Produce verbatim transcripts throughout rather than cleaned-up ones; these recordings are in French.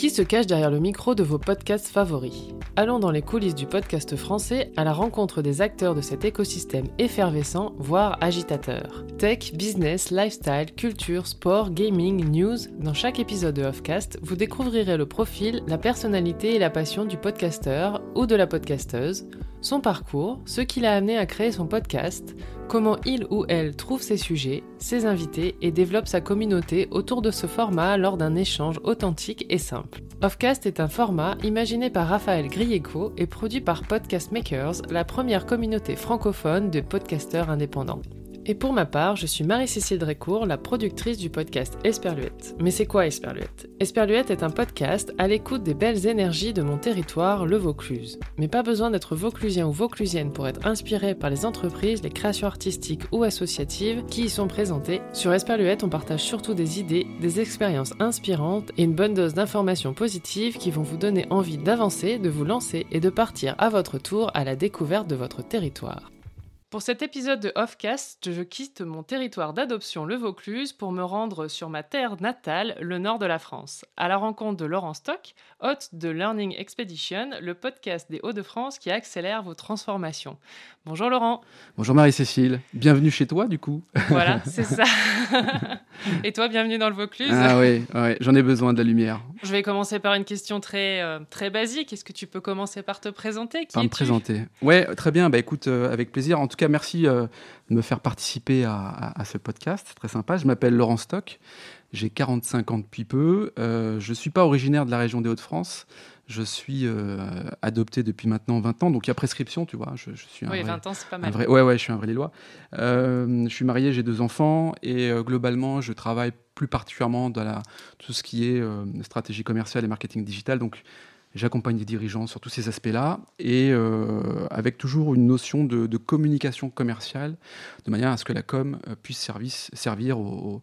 Qui se cache derrière le micro de vos podcasts favoris? Allons dans les coulisses du podcast français à la rencontre des acteurs de cet écosystème effervescent, voire agitateur. Tech, business, lifestyle, culture, sport, gaming, news, dans chaque épisode de Offcast, vous découvrirez le profil, la personnalité et la passion du podcasteur ou de la podcasteuse, son parcours, ce qui l'a amené à créer son podcast, comment il ou elle trouve ses sujets, ses invités et développe sa communauté autour de ce format lors d'un échange authentique et simple. Offcast est un format imaginé par Raphaël Grieco et produit par Podcast Makers, la première communauté francophone de podcasteurs indépendants. Et pour ma part, je suis Marie-Cécile Drécourt, la productrice du podcast Esperluette. Mais c'est quoi Esperluette? Esperluette est un podcast à l'écoute des belles énergies de mon territoire, le Vaucluse. Mais pas besoin d'être vauclusien ou vauclusienne pour être inspiré par les entreprises, les créations artistiques ou associatives qui y sont présentées. Sur Esperluette, on partage surtout des idées, des expériences inspirantes et une bonne dose d'informations positives qui vont vous donner envie d'avancer, de vous lancer et de partir à votre tour à la découverte de votre territoire. Pour cet épisode de Offcast, je quitte mon territoire d'adoption, le Vaucluse, pour me rendre sur ma terre natale, le nord de la France, à la rencontre de Laurent Stock, hôte de Learning Expedition, le podcast des Hauts-de-France qui accélère vos transformations. Bonjour Laurent. Bonjour Marie-Cécile. Bienvenue chez toi du coup. Voilà, c'est ça. Et toi, bienvenue dans le Vaucluse. Ah oui, ouais, j'en ai besoin de la lumière. Je vais commencer par une question très, euh, très basique. Est-ce que tu peux commencer par te présenter? Qui Par me présenter. Ouais, très bien. Bah écoute, euh, avec plaisir. En tout cas, merci euh, de me faire participer à, à, à ce podcast. C'est très sympa. Je m'appelle Laurent Stock. J'ai quarante-cinq ans depuis peu. Euh, je ne suis pas originaire de la région des Hauts-de-France. Je suis euh, adopté depuis maintenant vingt ans, donc il y a prescription, tu vois. Je, je suis un oui, vrai, vingt ans, c'est pas mal. Vrai, ouais, ouais, je suis un vrai Lillois. Euh, je suis marié, j'ai deux enfants, et euh, globalement, je travaille plus particulièrement dans la, tout ce qui est euh, stratégie commerciale et marketing digital. Donc, j'accompagne des dirigeants sur tous ces aspects-là, et euh, avec toujours une notion de, de communication commerciale, de manière à ce que la com puisse service, servir au,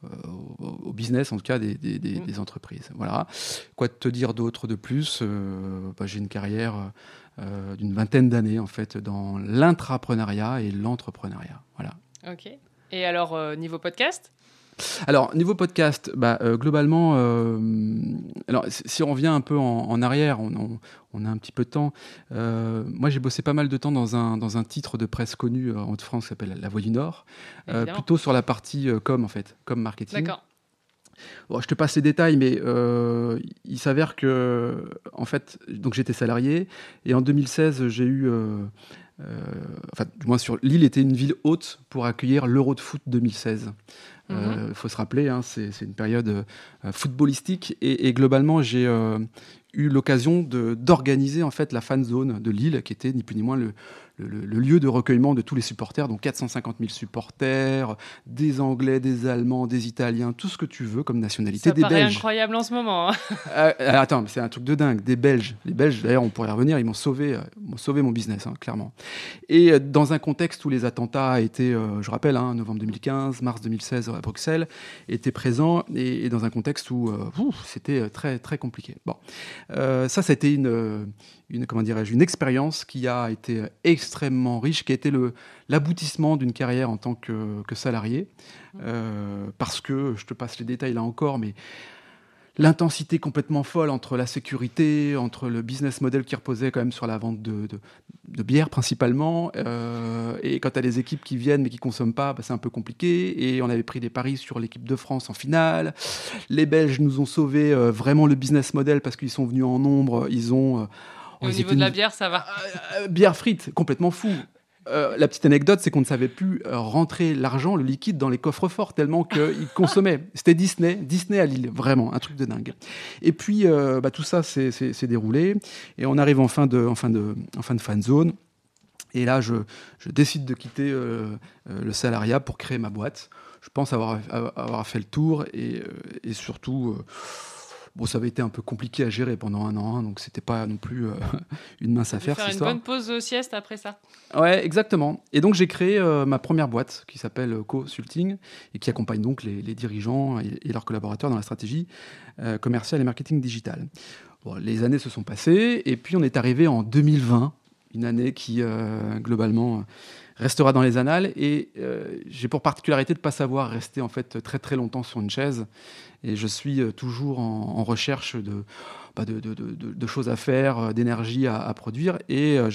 au, au business, en tout cas des, des, des, mmh. des entreprises. Voilà. Quoi te dire d'autre de plus? euh, bah, J'ai une carrière euh, d'une vingtaine d'années en fait dans l'intrapreneuriat et l'entrepreneuriat. Voilà. Ok. Et alors, euh, niveau podcast? Alors, niveau podcast, bah, euh, globalement, euh, alors, si on revient un peu en, en arrière, on, on, on a un petit peu de temps. Euh, moi, j'ai bossé pas mal de temps dans un, dans un titre de presse connu en Haute-France qui s'appelle La Voix du Nord, euh, plutôt sur la partie euh, com, en fait, com marketing. D'accord. Bon, je te passe les détails, mais euh, il s'avère que, en fait, donc j'étais salarié, et en deux mille seize, j'ai eu... Euh, Euh, enfin, du moins sur Lille était une ville haute pour accueillir l'Euro de foot deux mille seize. Il mmh. euh, faut se rappeler, hein, c'est, c'est une période euh, footballistique et, et globalement j'ai euh, eu l'occasion de, d'organiser en fait la fan zone de Lille, qui était ni plus ni moins le, le, le lieu de recueillement de tous les supporters, donc quatre cent cinquante mille supporters, des Anglais, des Allemands, des Italiens, tout ce que tu veux comme nationalité, ça des paraît Belges. Incroyable en ce moment. Hein. Euh, attends, mais c'est un truc de dingue. Des Belges, les Belges, d'ailleurs, on pourrait y revenir, ils m'ont sauvé, euh, m'ont sauvé mon business, hein, clairement. Et euh, dans un contexte où les attentats étaient, euh, je rappelle, hein, novembre deux mille quinze, mars deux mille seize à Bruxelles, étaient présents, et, et dans un contexte où euh, ouf, c'était très très compliqué. Bon, euh, ça, ça a été une, une comment dirais-je, une expérience qui a été extrêmement riche, qui a été le l'aboutissement d'une carrière en tant que, que salarié, euh, parce que je te passe les détails là encore, mais l'intensité complètement folle entre la sécurité, entre le business model qui reposait quand même sur la vente de, de, de bière principalement, euh, et quand tu as les équipes qui viennent mais qui ne consomment pas, bah, c'est un peu compliqué, et on avait pris des paris sur l'équipe de France en finale. Les Belges nous ont sauvé euh, vraiment le business model parce qu'ils sont venus en nombre, ils ont... Euh, et au niveau de la bière, ça va euh, euh, Bière frite, complètement fou. Euh, la petite anecdote, c'est qu'on ne savait plus euh, rentrer l'argent, le liquide, dans les coffres forts tellement qu'ils consommaient. C'était Disney, Disney à Lille, vraiment, un truc de dingue. Et puis, euh, bah, tout ça s'est, s'est, s'est déroulé, et on arrive en fin de, en fin de, en fin de fan zone. Et là, je, je décide de quitter euh, euh, le salariat pour créer ma boîte. Je pense avoir, avoir fait le tour, et, euh, et surtout... Euh, Bon, ça avait été un peu compliqué à gérer pendant un an, hein, donc c'était pas non plus euh, une mince affaire. Faire cette une histoire. bonne pause sieste après ça. Ouais, exactement. Et donc j'ai créé euh, ma première boîte qui s'appelle Co-Sulting et qui accompagne donc les, les dirigeants et, et leurs collaborateurs dans la stratégie euh, commerciale et marketing digital. Bon, les années se sont passées et puis on est arrivé en deux mille vingt. une année qui, euh, globalement, restera dans les annales. Et euh, j'ai pour particularité de ne pas savoir rester en fait très très longtemps sur une chaise. Et je suis euh, toujours en, en recherche de, bah, de, de, de, de choses à faire, d'énergie à, à produire. Et euh,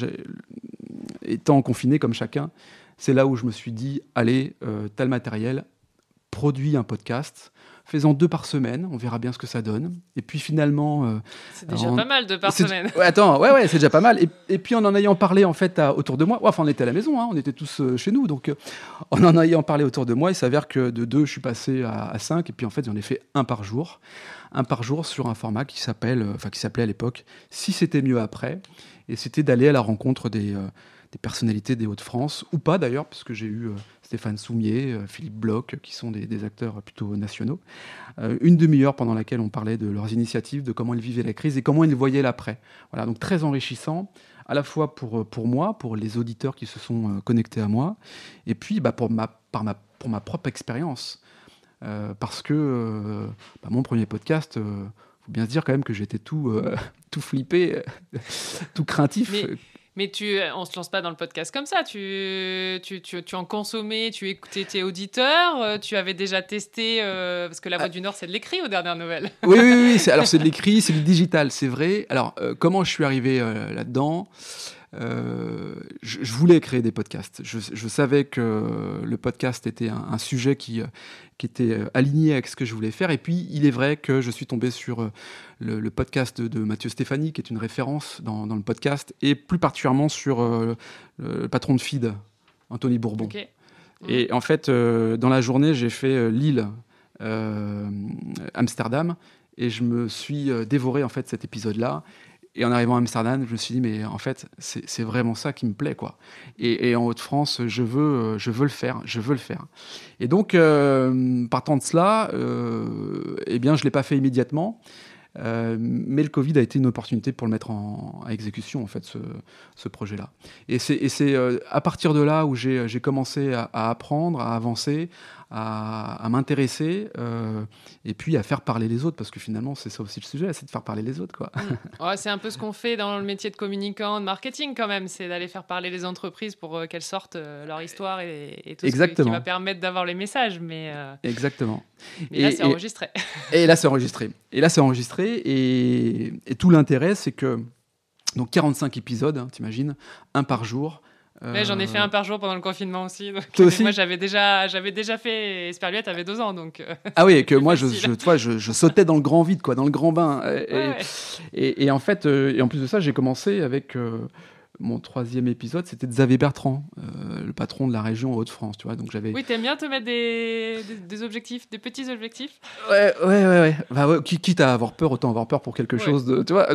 étant confiné comme chacun, c'est là où je me suis dit, allez, euh, tel matériel, produis un podcast. Fais-en deux par semaine, on verra bien ce que ça donne. Et puis finalement... Euh, c'est déjà on... pas mal, deux par c'est... semaine. Ouais, attends, ouais, ouais, c'est déjà pas mal. Et, et puis en en ayant parlé en fait à, autour de moi, ouais, enfin on était à la maison, hein, on était tous euh, chez nous, donc euh, en en ayant parlé autour de moi, il s'avère que de deux, je suis passé à, à cinq, et puis en fait j'en ai fait un par jour. Un par jour sur un format qui s'appelle, euh, enfin qui s'appelait à l'époque « Si c'était mieux après ». Et c'était d'aller à la rencontre des... Euh, des personnalités des Hauts-de-France, ou pas d'ailleurs, parce que j'ai eu euh, Stéphane Soumier, euh, Philippe Bloch, qui sont des, des acteurs plutôt nationaux. Euh, une demi-heure pendant laquelle on parlait de leurs initiatives, de comment ils vivaient la crise et comment ils voyaient l'après. Voilà, donc très enrichissant, à la fois pour, pour moi, pour les auditeurs qui se sont euh, connectés à moi, et puis bah, pour, ma, par ma, pour ma propre expérience. Euh, parce que euh, bah, mon premier podcast... Euh, faut bien se dire quand même que j'étais tout, euh, tout flippé, tout craintif. Mais... Mais tu, on se lance pas dans le podcast comme ça. Tu, tu, tu, tu en consommais, tu écoutais tes auditeurs, tu avais déjà testé, euh, parce que La Voix ah. du Nord, c'est de l'écrit aux dernières nouvelles. Oui, oui, oui. C'est, alors c'est de l'écrit, c'est du digital, c'est vrai. Alors euh, comment je suis arrivé euh, là-dedans ? Euh, je, je voulais créer des podcasts. Je, je savais que le podcast était un, un sujet qui, qui était aligné avec ce que je voulais faire. Et puis, il est vrai que je suis tombé sur le, le podcast de, de Mathieu Stéphanie, qui est une référence dans, dans le podcast, et plus particulièrement sur euh, le patron de Feed, Anthony Bourbon. Okay. Mmh. Et en fait, euh, dans la journée, j'ai fait Lille, euh, Amsterdam, et je me suis dévoré en fait cet épisode-là. Et en arrivant à Amsterdam, je me suis dit, mais en fait, c'est, c'est vraiment ça qui me plaît, quoi. Et, et en Hauts-de-France, je veux, je veux le faire, je veux le faire. Et donc, euh, partant de cela, euh, eh bien, je ne l'ai pas fait immédiatement. Euh, mais le Covid a été une opportunité pour le mettre en, en exécution, en fait, ce, ce projet-là. Et c'est, et c'est euh, à partir de là où j'ai, j'ai commencé à, à apprendre, à avancer, à, à m'intéresser, euh, et puis à faire parler les autres, parce que finalement, c'est ça aussi le sujet, c'est de faire parler les autres, quoi. Mmh. Ouais, c'est un peu ce qu'on fait dans le métier de communicant, de marketing, quand même, c'est d'aller faire parler les entreprises pour euh, qu'elles sortent euh, leur histoire et, et tout Exactement. Ce qui va permettre d'avoir les messages. Mais, euh... Exactement. Mais et, là, c'est et, enregistré. Et là, c'est enregistré. Et là, c'est enregistré. Et, et tout l'intérêt, c'est que donc quarante-cinq épisodes, hein, t'imagines, un par jour. Euh... Ouais, j'en ai fait un par jour pendant le confinement aussi. Donc, Toi aussi moi, j'avais déjà, j'avais déjà fait Esperluette, avait deux ans, donc. Euh, ah oui, et que moi, je, je, tu vois, je, je sautais dans le grand vide, quoi, dans le grand bain. Et, ouais, ouais. et, et en fait, euh, et en plus de ça, j'ai commencé avec. Euh, Mon troisième épisode, c'était Xavier Bertrand, euh, le patron de la région Hauts-de-France, tu vois. Donc j'avais. Oui, t'aimes bien te mettre des, des, des objectifs, des petits objectifs. Ouais, ouais, ouais, ouais. Bah, ouais. Quitte à avoir peur, autant avoir peur pour quelque ouais. chose de, tu vois.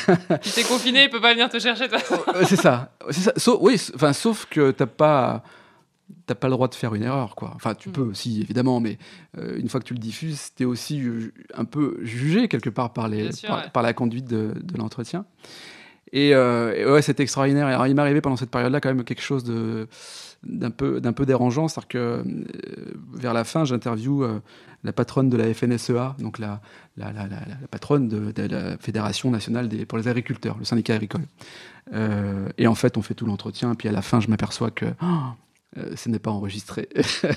Si t'es confiné, il peut pas venir te chercher, toi. c'est ça, c'est ça. Sauf, oui, enfin, sauf que t'as pas, t'as pas le droit de faire une erreur, quoi. Enfin, tu mm. peux aussi, évidemment, mais euh, une fois que tu le diffuses, t'es aussi euh, un peu jugé quelque part par les, sûr, par, ouais. par la conduite de, de l'entretien. Et, euh, et ouais, c'était extraordinaire. Alors, il m'est arrivé pendant cette période-là quand même quelque chose de, d'un, peu, d'un peu dérangeant. C'est-à-dire que euh, vers la fin, j'interviewe euh, la patronne de la F N S E A, donc la, la, la, la, la patronne de, de la Fédération nationale des, pour les agriculteurs, le syndicat agricole. Euh, et en fait, on fait tout l'entretien. Puis à la fin, je m'aperçois que oh, euh, ce n'est pas enregistré.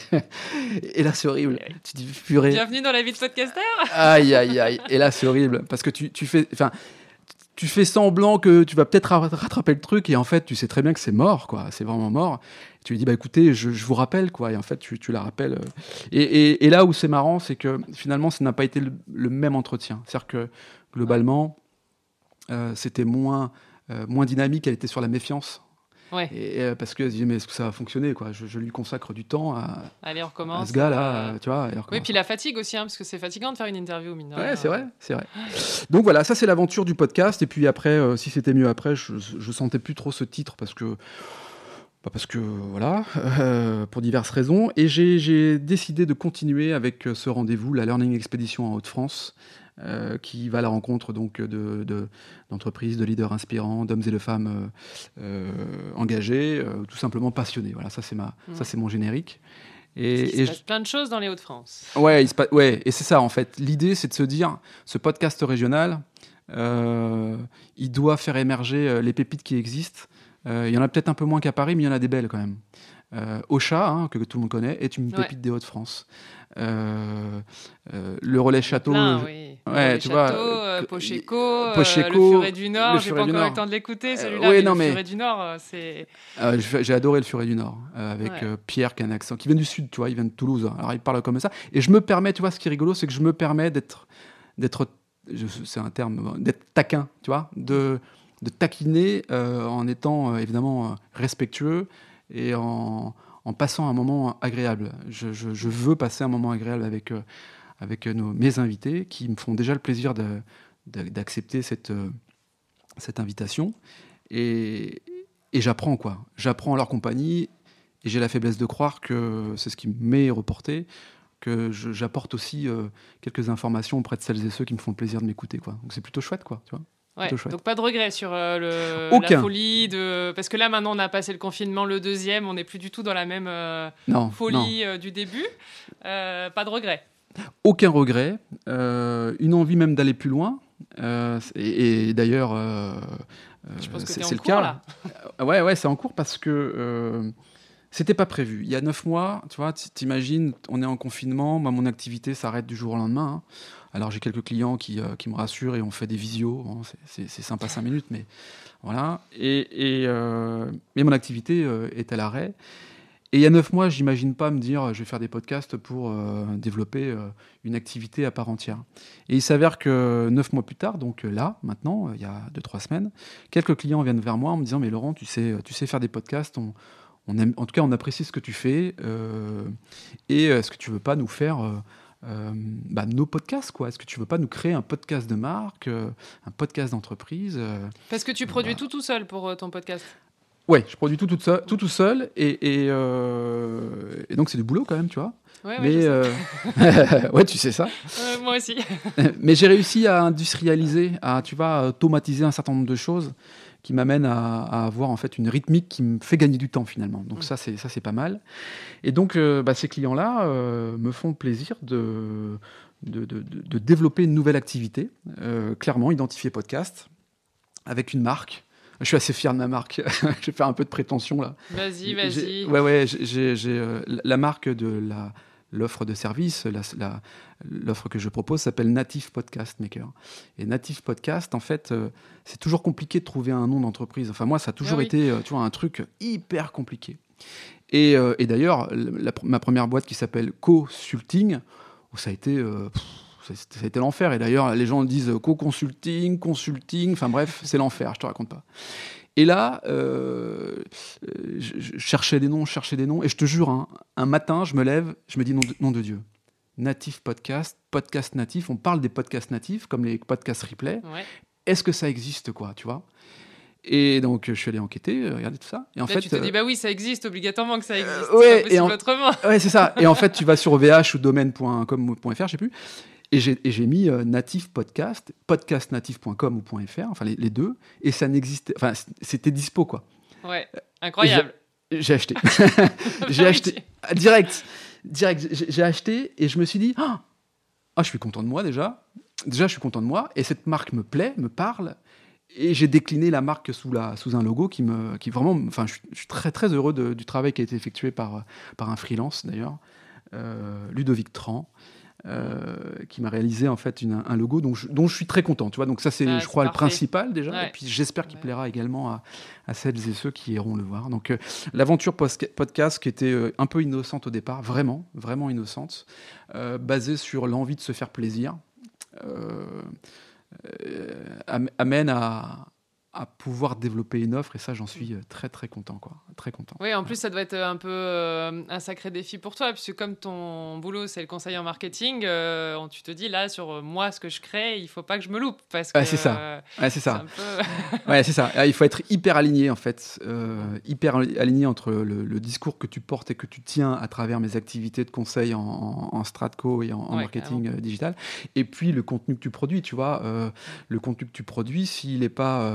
Et là, c'est horrible. Tu dis, purée. Bienvenue dans la vie de podcasteur. Aïe, aïe, aïe. Et là, c'est horrible. Parce que tu, tu fais... Enfin, tu fais semblant que tu vas peut-être rattraper le truc et en fait, tu sais très bien que c'est mort, quoi. C'est vraiment mort. Et tu lui dis, bah écoutez, je, je vous rappelle, quoi. Et en fait, tu, tu la rappelles. Et, et, et là où c'est marrant, c'est que finalement, ça n'a pas été le, le même entretien. C'est-à-dire que globalement, euh, c'était moins, euh, moins dynamique. Elle était sur la méfiance. Ouais. Et, euh, parce que je disais, mais est-ce que ça va fonctionner, quoi. Je, je lui consacre du temps à, Allez, on recommence, à ce gars-là, euh... tu vois. Oui, puis la fatigue aussi, hein, parce que c'est fatigant de faire une interview, mine de rien. Ouais, c'est vrai, c'est vrai. Donc voilà, ça c'est l'aventure du podcast. Et puis après, euh, si c'était mieux après, je, je sentais plus trop ce titre parce que, bah parce que voilà, euh, pour diverses raisons. Et j'ai, j'ai décidé de continuer avec ce rendez-vous, la Learning Expedition en Hauts-de-France. Euh, qui va à la rencontre donc, de, de, d'entreprises, de leaders inspirants, d'hommes et de femmes euh, euh, engagés, euh, tout simplement passionnés. Voilà, ça c'est, ma, mmh. ça, c'est mon générique. Et, il se et passe je... plein de choses dans les Hauts-de-France. Ouais, il se pa... ouais, et c'est ça en fait. L'idée, c'est de se dire, ce podcast régional, euh, il doit faire émerger les pépites qui existent Euh, il y en a peut-être un peu moins qu'à Paris, mais il y en a des belles quand même. Euh, Ocha, hein, que, que tout le monde connaît, est une pépite ouais. des Hauts-de-France. Euh, euh, le Relais Château, plein, je... oui. ouais, tu Château, vois, euh, Pocheco, Pocheco, euh, le Furet du Nord. Le j'ai Furet pas du encore Nord. eu le temps de l'écouter, celui-là. Euh, ouais, mais non, le mais... Furet du Nord, c'est. Euh, j'ai adoré le Furet du Nord avec ouais. euh, Pierre qui a un accent, qui vient du sud, tu vois, il vient de Toulouse. Alors il parle comme ça. Et je me permets, tu vois, ce qui est rigolo, c'est que je me permets d'être, d'être, je, c'est un terme, d'être taquin, tu vois, de de taquiner euh, en étant euh, évidemment euh, respectueux et en, en passant un moment agréable. Je, je, je veux passer un moment agréable avec, euh, avec nos, mes invités qui me font déjà le plaisir de, de, d'accepter cette, euh, cette invitation. Et, et j'apprends, quoi. J'apprends en leur compagnie et j'ai la faiblesse de croire que c'est ce qui m'est reporté, que je, j'apporte aussi euh, quelques informations auprès de celles et ceux qui me font le plaisir de m'écouter, quoi. Donc c'est plutôt chouette, quoi, tu vois. Ouais, donc pas de regret sur euh, le, la folie de... Parce que là, maintenant, on a passé le confinement, le deuxième, on n'est plus du tout dans la même euh, non, folie non. Euh, du début. Euh, pas de regret. Aucun regret. Euh, une envie même d'aller plus loin. Euh, et, et d'ailleurs, euh, Je pense que c'est, t'es c'est en le cours, cas. Là. Ouais, ouais, c'est en cours parce que euh, c'était pas prévu. Il y a neuf mois, tu vois, t'imagines, on est en confinement, moi, mon activité s'arrête du jour au lendemain. Hein. Alors j'ai quelques clients qui, euh, qui me rassurent et on fait des visios. Bon, c'est, c'est, c'est sympa cinq minutes, mais voilà. Et, et euh, mais mon activité euh, est à l'arrêt. Et il y a neuf mois, j'imagine pas me dire je vais faire des podcasts pour euh, développer euh, une activité à part entière. Et il s'avère que neuf mois plus tard, donc là, maintenant, euh, il y a deux trois semaines, quelques clients viennent vers moi en me disant mais Laurent, tu sais, tu sais faire des podcasts. On, on aime, en tout cas, on apprécie ce que tu fais. Euh, et est-ce que tu veux pas nous faire euh, Euh, bah, nos podcasts, quoi. Est-ce que tu veux pas nous créer un podcast de marque, euh, un podcast d'entreprise euh, Parce que tu produis bah... tout tout seul pour euh, ton podcast. Ouais, je produis tout tout seul, tout, tout seul et, et, euh, et donc c'est du boulot quand même, tu vois. Ouais, ouais, mais je sais. Euh... ouais, tu sais ça. Euh, moi aussi. Mais j'ai réussi à industrialiser, à tu vois, automatiser un certain nombre de choses qui m'amènent à, à avoir en fait une rythmique qui me fait gagner du temps finalement. Donc mmh. ça c'est ça c'est pas mal. Et donc euh, bah, ces clients-là euh, me font plaisir de de, de, de de développer une nouvelle activité, euh, clairement identifier podcast avec une marque. Je suis assez fier de ma marque. Je vais faire un peu de prétention là. Vas-y, vas-y. J'ai, ouais ouais, j'ai, j'ai euh, la marque de la L'offre de service, la, la, l'offre que je propose s'appelle Native Podcast Maker. Et Native Podcast, en fait, euh, c'est toujours compliqué de trouver un nom d'entreprise. Enfin, moi, ça a toujours ah oui. été euh, tu vois, un truc hyper compliqué. Et, euh, et d'ailleurs, la, ma première boîte qui s'appelle Co-Sulting, ça a été... Euh, pff, ça, ça a été l'enfer. Et d'ailleurs, les gens disent co-consulting, consulting, enfin bref, c'est l'enfer, je te raconte pas. Et là, euh, je, je cherchais des noms, je cherchais des noms, et je te jure, hein, un matin, je me lève, je me dis nom de, nom de Dieu. Native Podcast, podcast natif, on parle des podcasts natifs, comme les podcasts replay. Ouais. Est-ce que ça existe, quoi, tu vois ? Et donc, je suis allé enquêter, regarder tout ça. Et en Là, fait, tu te dis, bah oui, ça existe, obligatoirement que ça existe. Euh, ouais, c'est pas possible et en... autrement. Ouais, c'est ça. Et en fait, tu vas sur o v h ou domaine point com ou .fr, je sais plus. Et j'ai, et j'ai mis euh, Native Podcast, podcastnative point com ou .fr, enfin les, les deux, et ça n'existait, enfin c'était dispo quoi. Ouais, incroyable. J'ai, j'ai acheté, j'ai acheté direct, direct. J'ai, j'ai acheté et je me suis dit, ah, oh, je suis content de moi déjà. Déjà, je suis content de moi et cette marque me plaît, me parle. Et j'ai décliné la marque sous, la, sous un logo qui me, qui vraiment, enfin, je, je suis très très heureux de, du travail qui a été effectué par par un freelance d'ailleurs, euh, Ludovic Tran. Euh, qui m'a réalisé en fait une, un logo dont je, dont je suis très content, tu vois. Donc ça c'est, ah, je c'est crois, parfait. Le principal déjà. Ouais. Et puis j'espère qu'il ouais. plaira également à, à celles et ceux qui iront le voir. Donc euh, l'aventure post- podcast qui était euh, un peu innocente au départ, vraiment, vraiment innocente, euh, basée sur l'envie de se faire plaisir, euh, euh, amène à à pouvoir développer une offre, et ça, j'en suis très, très content, quoi. Très content. Oui, en plus, ça doit être un peu euh, un sacré défi pour toi, puisque comme ton boulot, c'est le conseil en marketing, euh, tu te dis, là, sur moi, ce que je crée, il ne faut pas que je me loupe, parce que... Ouais, c'est ça. Euh, ouais, c'est ça. C'est un peu... ouais, c'est ça. Il faut être hyper aligné, en fait. Euh, hyper aligné entre le, le discours que tu portes et que tu tiens à travers mes activités de conseil en, en, en stratco et en, en ouais, marketing carrément. digital, et puis le contenu que tu produis, tu vois. Euh, le contenu que tu produis, s'il n'est pas... Euh,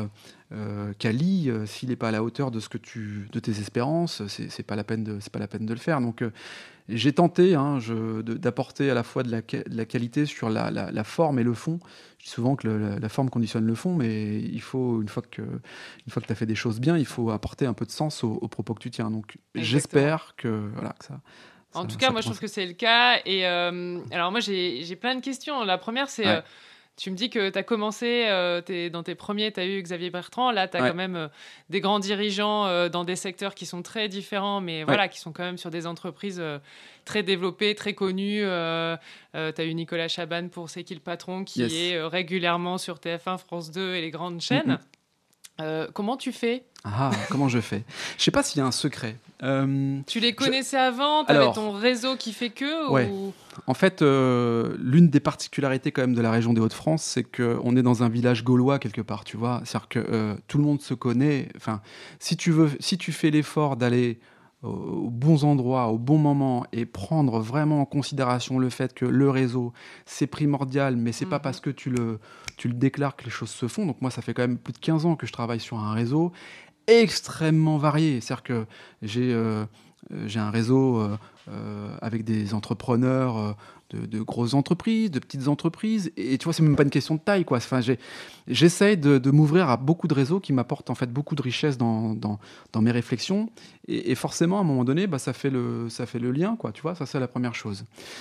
euh, quali, euh, s'il n'est pas à la hauteur de ce que tu, de tes espérances, c'est, c'est pas la peine de, c'est pas la peine de le faire. Donc, euh, j'ai tenté hein, je, de, d'apporter à la fois de la, de la qualité sur la, la, la forme et le fond. Je dis souvent que le, la, la forme conditionne le fond, mais il faut, une fois que, une fois que tu as fait des choses bien, il faut apporter un peu de sens aux, aux propos que tu tiens. Donc, Exactement. j'espère que, voilà, que ça... En ça, tout cas, moi, je trouve que c'est le cas. Et euh, alors, moi, j'ai, j'ai plein de questions. La première, c'est... Ouais. Euh, tu me dis que tu as commencé, euh, t'es, dans tes premiers, tu as eu Xavier Bertrand. Là, tu as ouais. quand même euh, des grands dirigeants euh, dans des secteurs qui sont très différents, mais voilà, ouais. qui sont quand même sur des entreprises euh, très développées, très connues. Euh, euh, tu as eu Nicolas Chaban pour C'est qui le patron, qui yes. est euh, régulièrement sur T F un, France deux et les grandes chaînes. Mm-hmm. Euh, comment tu fais ? Ah, comment je fais ? Je sais pas s'il y a un secret. Euh, tu les connaissais je... avant ? Tu avais ton réseau qui fait que ouais. ou... En fait, euh, l'une des particularités quand même de la région des Hauts-de-France, c'est qu'on est dans un village gaulois quelque part, tu vois. C'est-à-dire que euh, tout le monde se connaît. Enfin, si tu veux, si tu fais l'effort d'aller aux bons endroits, au bon moment, et prendre vraiment en considération le fait que le réseau, c'est primordial, mais c'est mmh. pas parce que tu le, tu le déclares que les choses se font. Donc moi, ça fait quand même plus de quinze ans que je travaille sur un réseau extrêmement varié. C'est-à-dire que j'ai, euh, j'ai un réseau euh, euh, avec des entrepreneurs euh, de, de grosses entreprises, de petites entreprises, et tu vois, c'est même pas une question de taille, quoi. Enfin, j'ai, j'essaie de, de m'ouvrir à beaucoup de réseaux qui m'apportent en fait beaucoup de richesse dans, dans, dans mes réflexions, et, et forcément, à un moment donné, bah, ça fait le, ça fait le lien, quoi. Tu vois, ça c'est la première chose.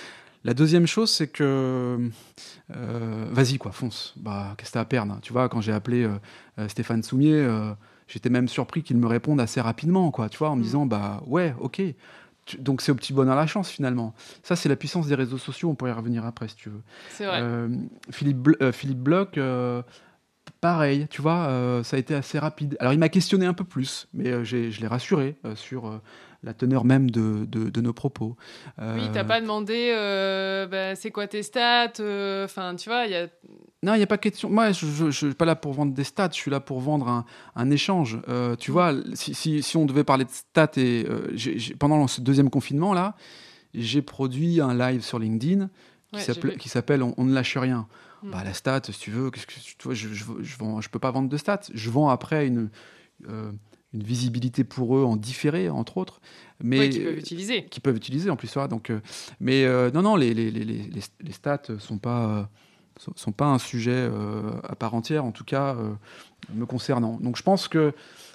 La deuxième chose, c'est que euh, vas-y, quoi, fonce. Bah, qu'est-ce que t'as à perdre, hein. Tu vois, quand j'ai appelé euh, euh, Stéphane Soumier, euh, j'étais même surpris qu'il me réponde assez rapidement, quoi. Tu vois, en me mmh. disant, bah ouais, ok. Tu, donc c'est au petit bonheur la chance finalement. Ça, c'est la puissance des réseaux sociaux. On pourrait y revenir après, si tu veux. C'est vrai. Euh, Philippe, Bl- euh, Philippe Bloch, euh, pareil. Tu vois, euh, ça a été assez rapide. Alors, il m'a questionné un peu plus, mais euh, j'ai, je l'ai rassuré euh, sur. Euh, la teneur même de, de, de nos propos. Euh... Oui, t'as pas demandé euh, bah, c'est quoi tes stats, enfin euh, tu vois, il y a... Non, il n'y a pas question. Moi, je ne suis pas là pour vendre des stats, je suis là pour vendre un, un échange. Euh, tu mmh. vois, si, si, si on devait parler de stats, et, euh, j'ai, j'ai, pendant ce deuxième confinement, là, j'ai produit un live sur LinkedIn qui, ouais, s'appelle, qui s'appelle on, on ne lâche rien. Mmh. Bah, la stat, si tu veux, qu'est-ce que, tu vois, je ne je, je, je peux pas vendre de stats. Je vends après une... Euh, une visibilité pour eux en différé, entre autres. Mais ouais, qu'ils peuvent utiliser. Qui peuvent utiliser, en plus. Voilà, donc, euh, mais euh, non, non, les, les, les, les, les stats ne sont pas, euh, sont, sont pas un sujet euh, à part entière, en tout cas, euh, me concernant. Donc je pense que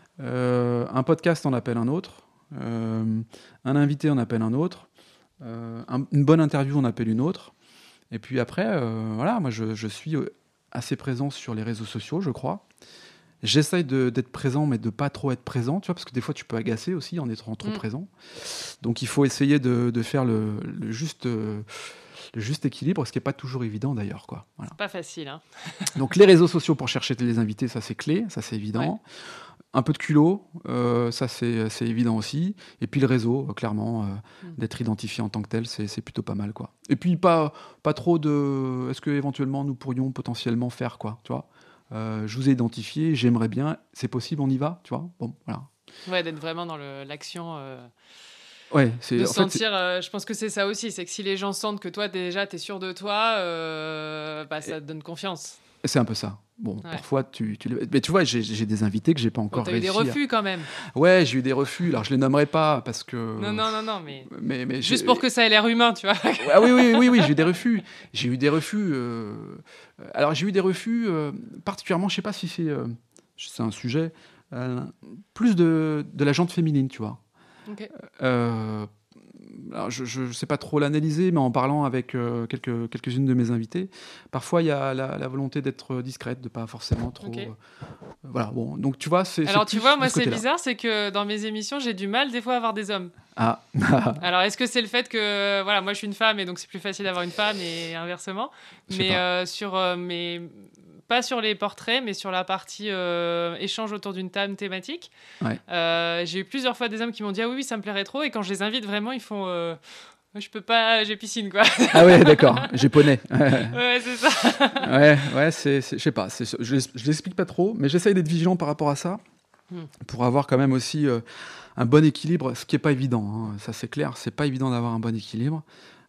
euh, un podcast en appelle un autre, euh, un invité en appelle un autre, euh, un, une bonne interview en appelle une autre. Et puis après, euh, voilà, moi, je, je suis assez présent sur les réseaux sociaux, je crois. J'essaye de, d'être présent, mais de ne pas trop être présent, tu vois, parce que des fois, tu peux agacer aussi en étant trop mmh. présent. Donc, il faut essayer de, de faire le, le, juste, euh, le juste équilibre, ce qui n'est pas toujours évident, d'ailleurs, quoi. Voilà. C'est pas facile, hein. Donc, les réseaux sociaux pour chercher les invités, ça, c'est clé, ça, c'est évident. Ouais. Un peu de culot, euh, ça, c'est, c'est évident aussi. Et puis, le réseau, euh, clairement, euh, mmh. d'être identifié en tant que tel, c'est, c'est plutôt pas mal, quoi. Et puis, pas, pas trop de... Est-ce qu'éventuellement, nous pourrions potentiellement faire, quoi, tu vois ? Euh, je vous ai identifié, j'aimerais bien, c'est possible, on y va, tu vois. Bon, voilà. Ouais, d'être vraiment dans le, l'action. Euh, ouais, c'est. De en sentir, fait, euh, je pense que c'est ça aussi, c'est que si les gens sentent que toi déjà t'es sûr de toi, euh, bah ça te donne confiance. C'est un peu ça. Bon, ouais. parfois tu, tu, mais tu vois, j'ai, j'ai des invités que j'ai pas encore bon, t'as réussi. T'as eu des refus à... quand même. Ouais, j'ai eu des refus. Alors je les nommerai pas parce que. Non, non, non, non, mais. mais, mais juste j'ai... pour que ça ait l'air humain, tu vois. ah oui, oui, oui, oui, j'ai eu des refus. J'ai eu des refus. Euh... Alors j'ai eu des refus, euh, particulièrement, je sais pas si c'est, euh, c'est un sujet, euh, plus de de la jante féminine, tu vois. Ok. Euh, Alors, je ne sais pas trop l'analyser, mais en parlant avec euh, quelques, quelques-unes de mes invités, parfois il y a la, la volonté d'être discrète, de pas forcément trop. Okay. Euh, voilà, bon, donc tu vois, c'est. Alors c'est tu vois, moi c'est bizarre, c'est que dans mes émissions, j'ai du mal des fois à avoir des hommes. Ah. Alors est-ce que c'est le fait que, voilà, moi je suis une femme et donc c'est plus facile d'avoir une femme et inversement, mais euh, sur euh, mes. Pas sur les portraits, mais sur la partie euh, échange autour d'une table thématique. Ouais. Euh, j'ai eu plusieurs fois des hommes qui m'ont dit « Ah oui, oui, ça me plairait trop ». Et quand je les invite, vraiment, ils font euh, « Je peux pas, j'ai piscine, quoi ». Ah ouais, d'accord, j'ai poney. Ouais, c'est ça. ouais, ouais, c'est, c'est, je sais pas, c'est, je, je l'explique pas trop, mais j'essaye d'être vigilant par rapport à ça, hmm. pour avoir quand même aussi euh, un bon équilibre, ce qui est pas évident, hein, ça c'est clair, c'est pas évident d'avoir un bon équilibre.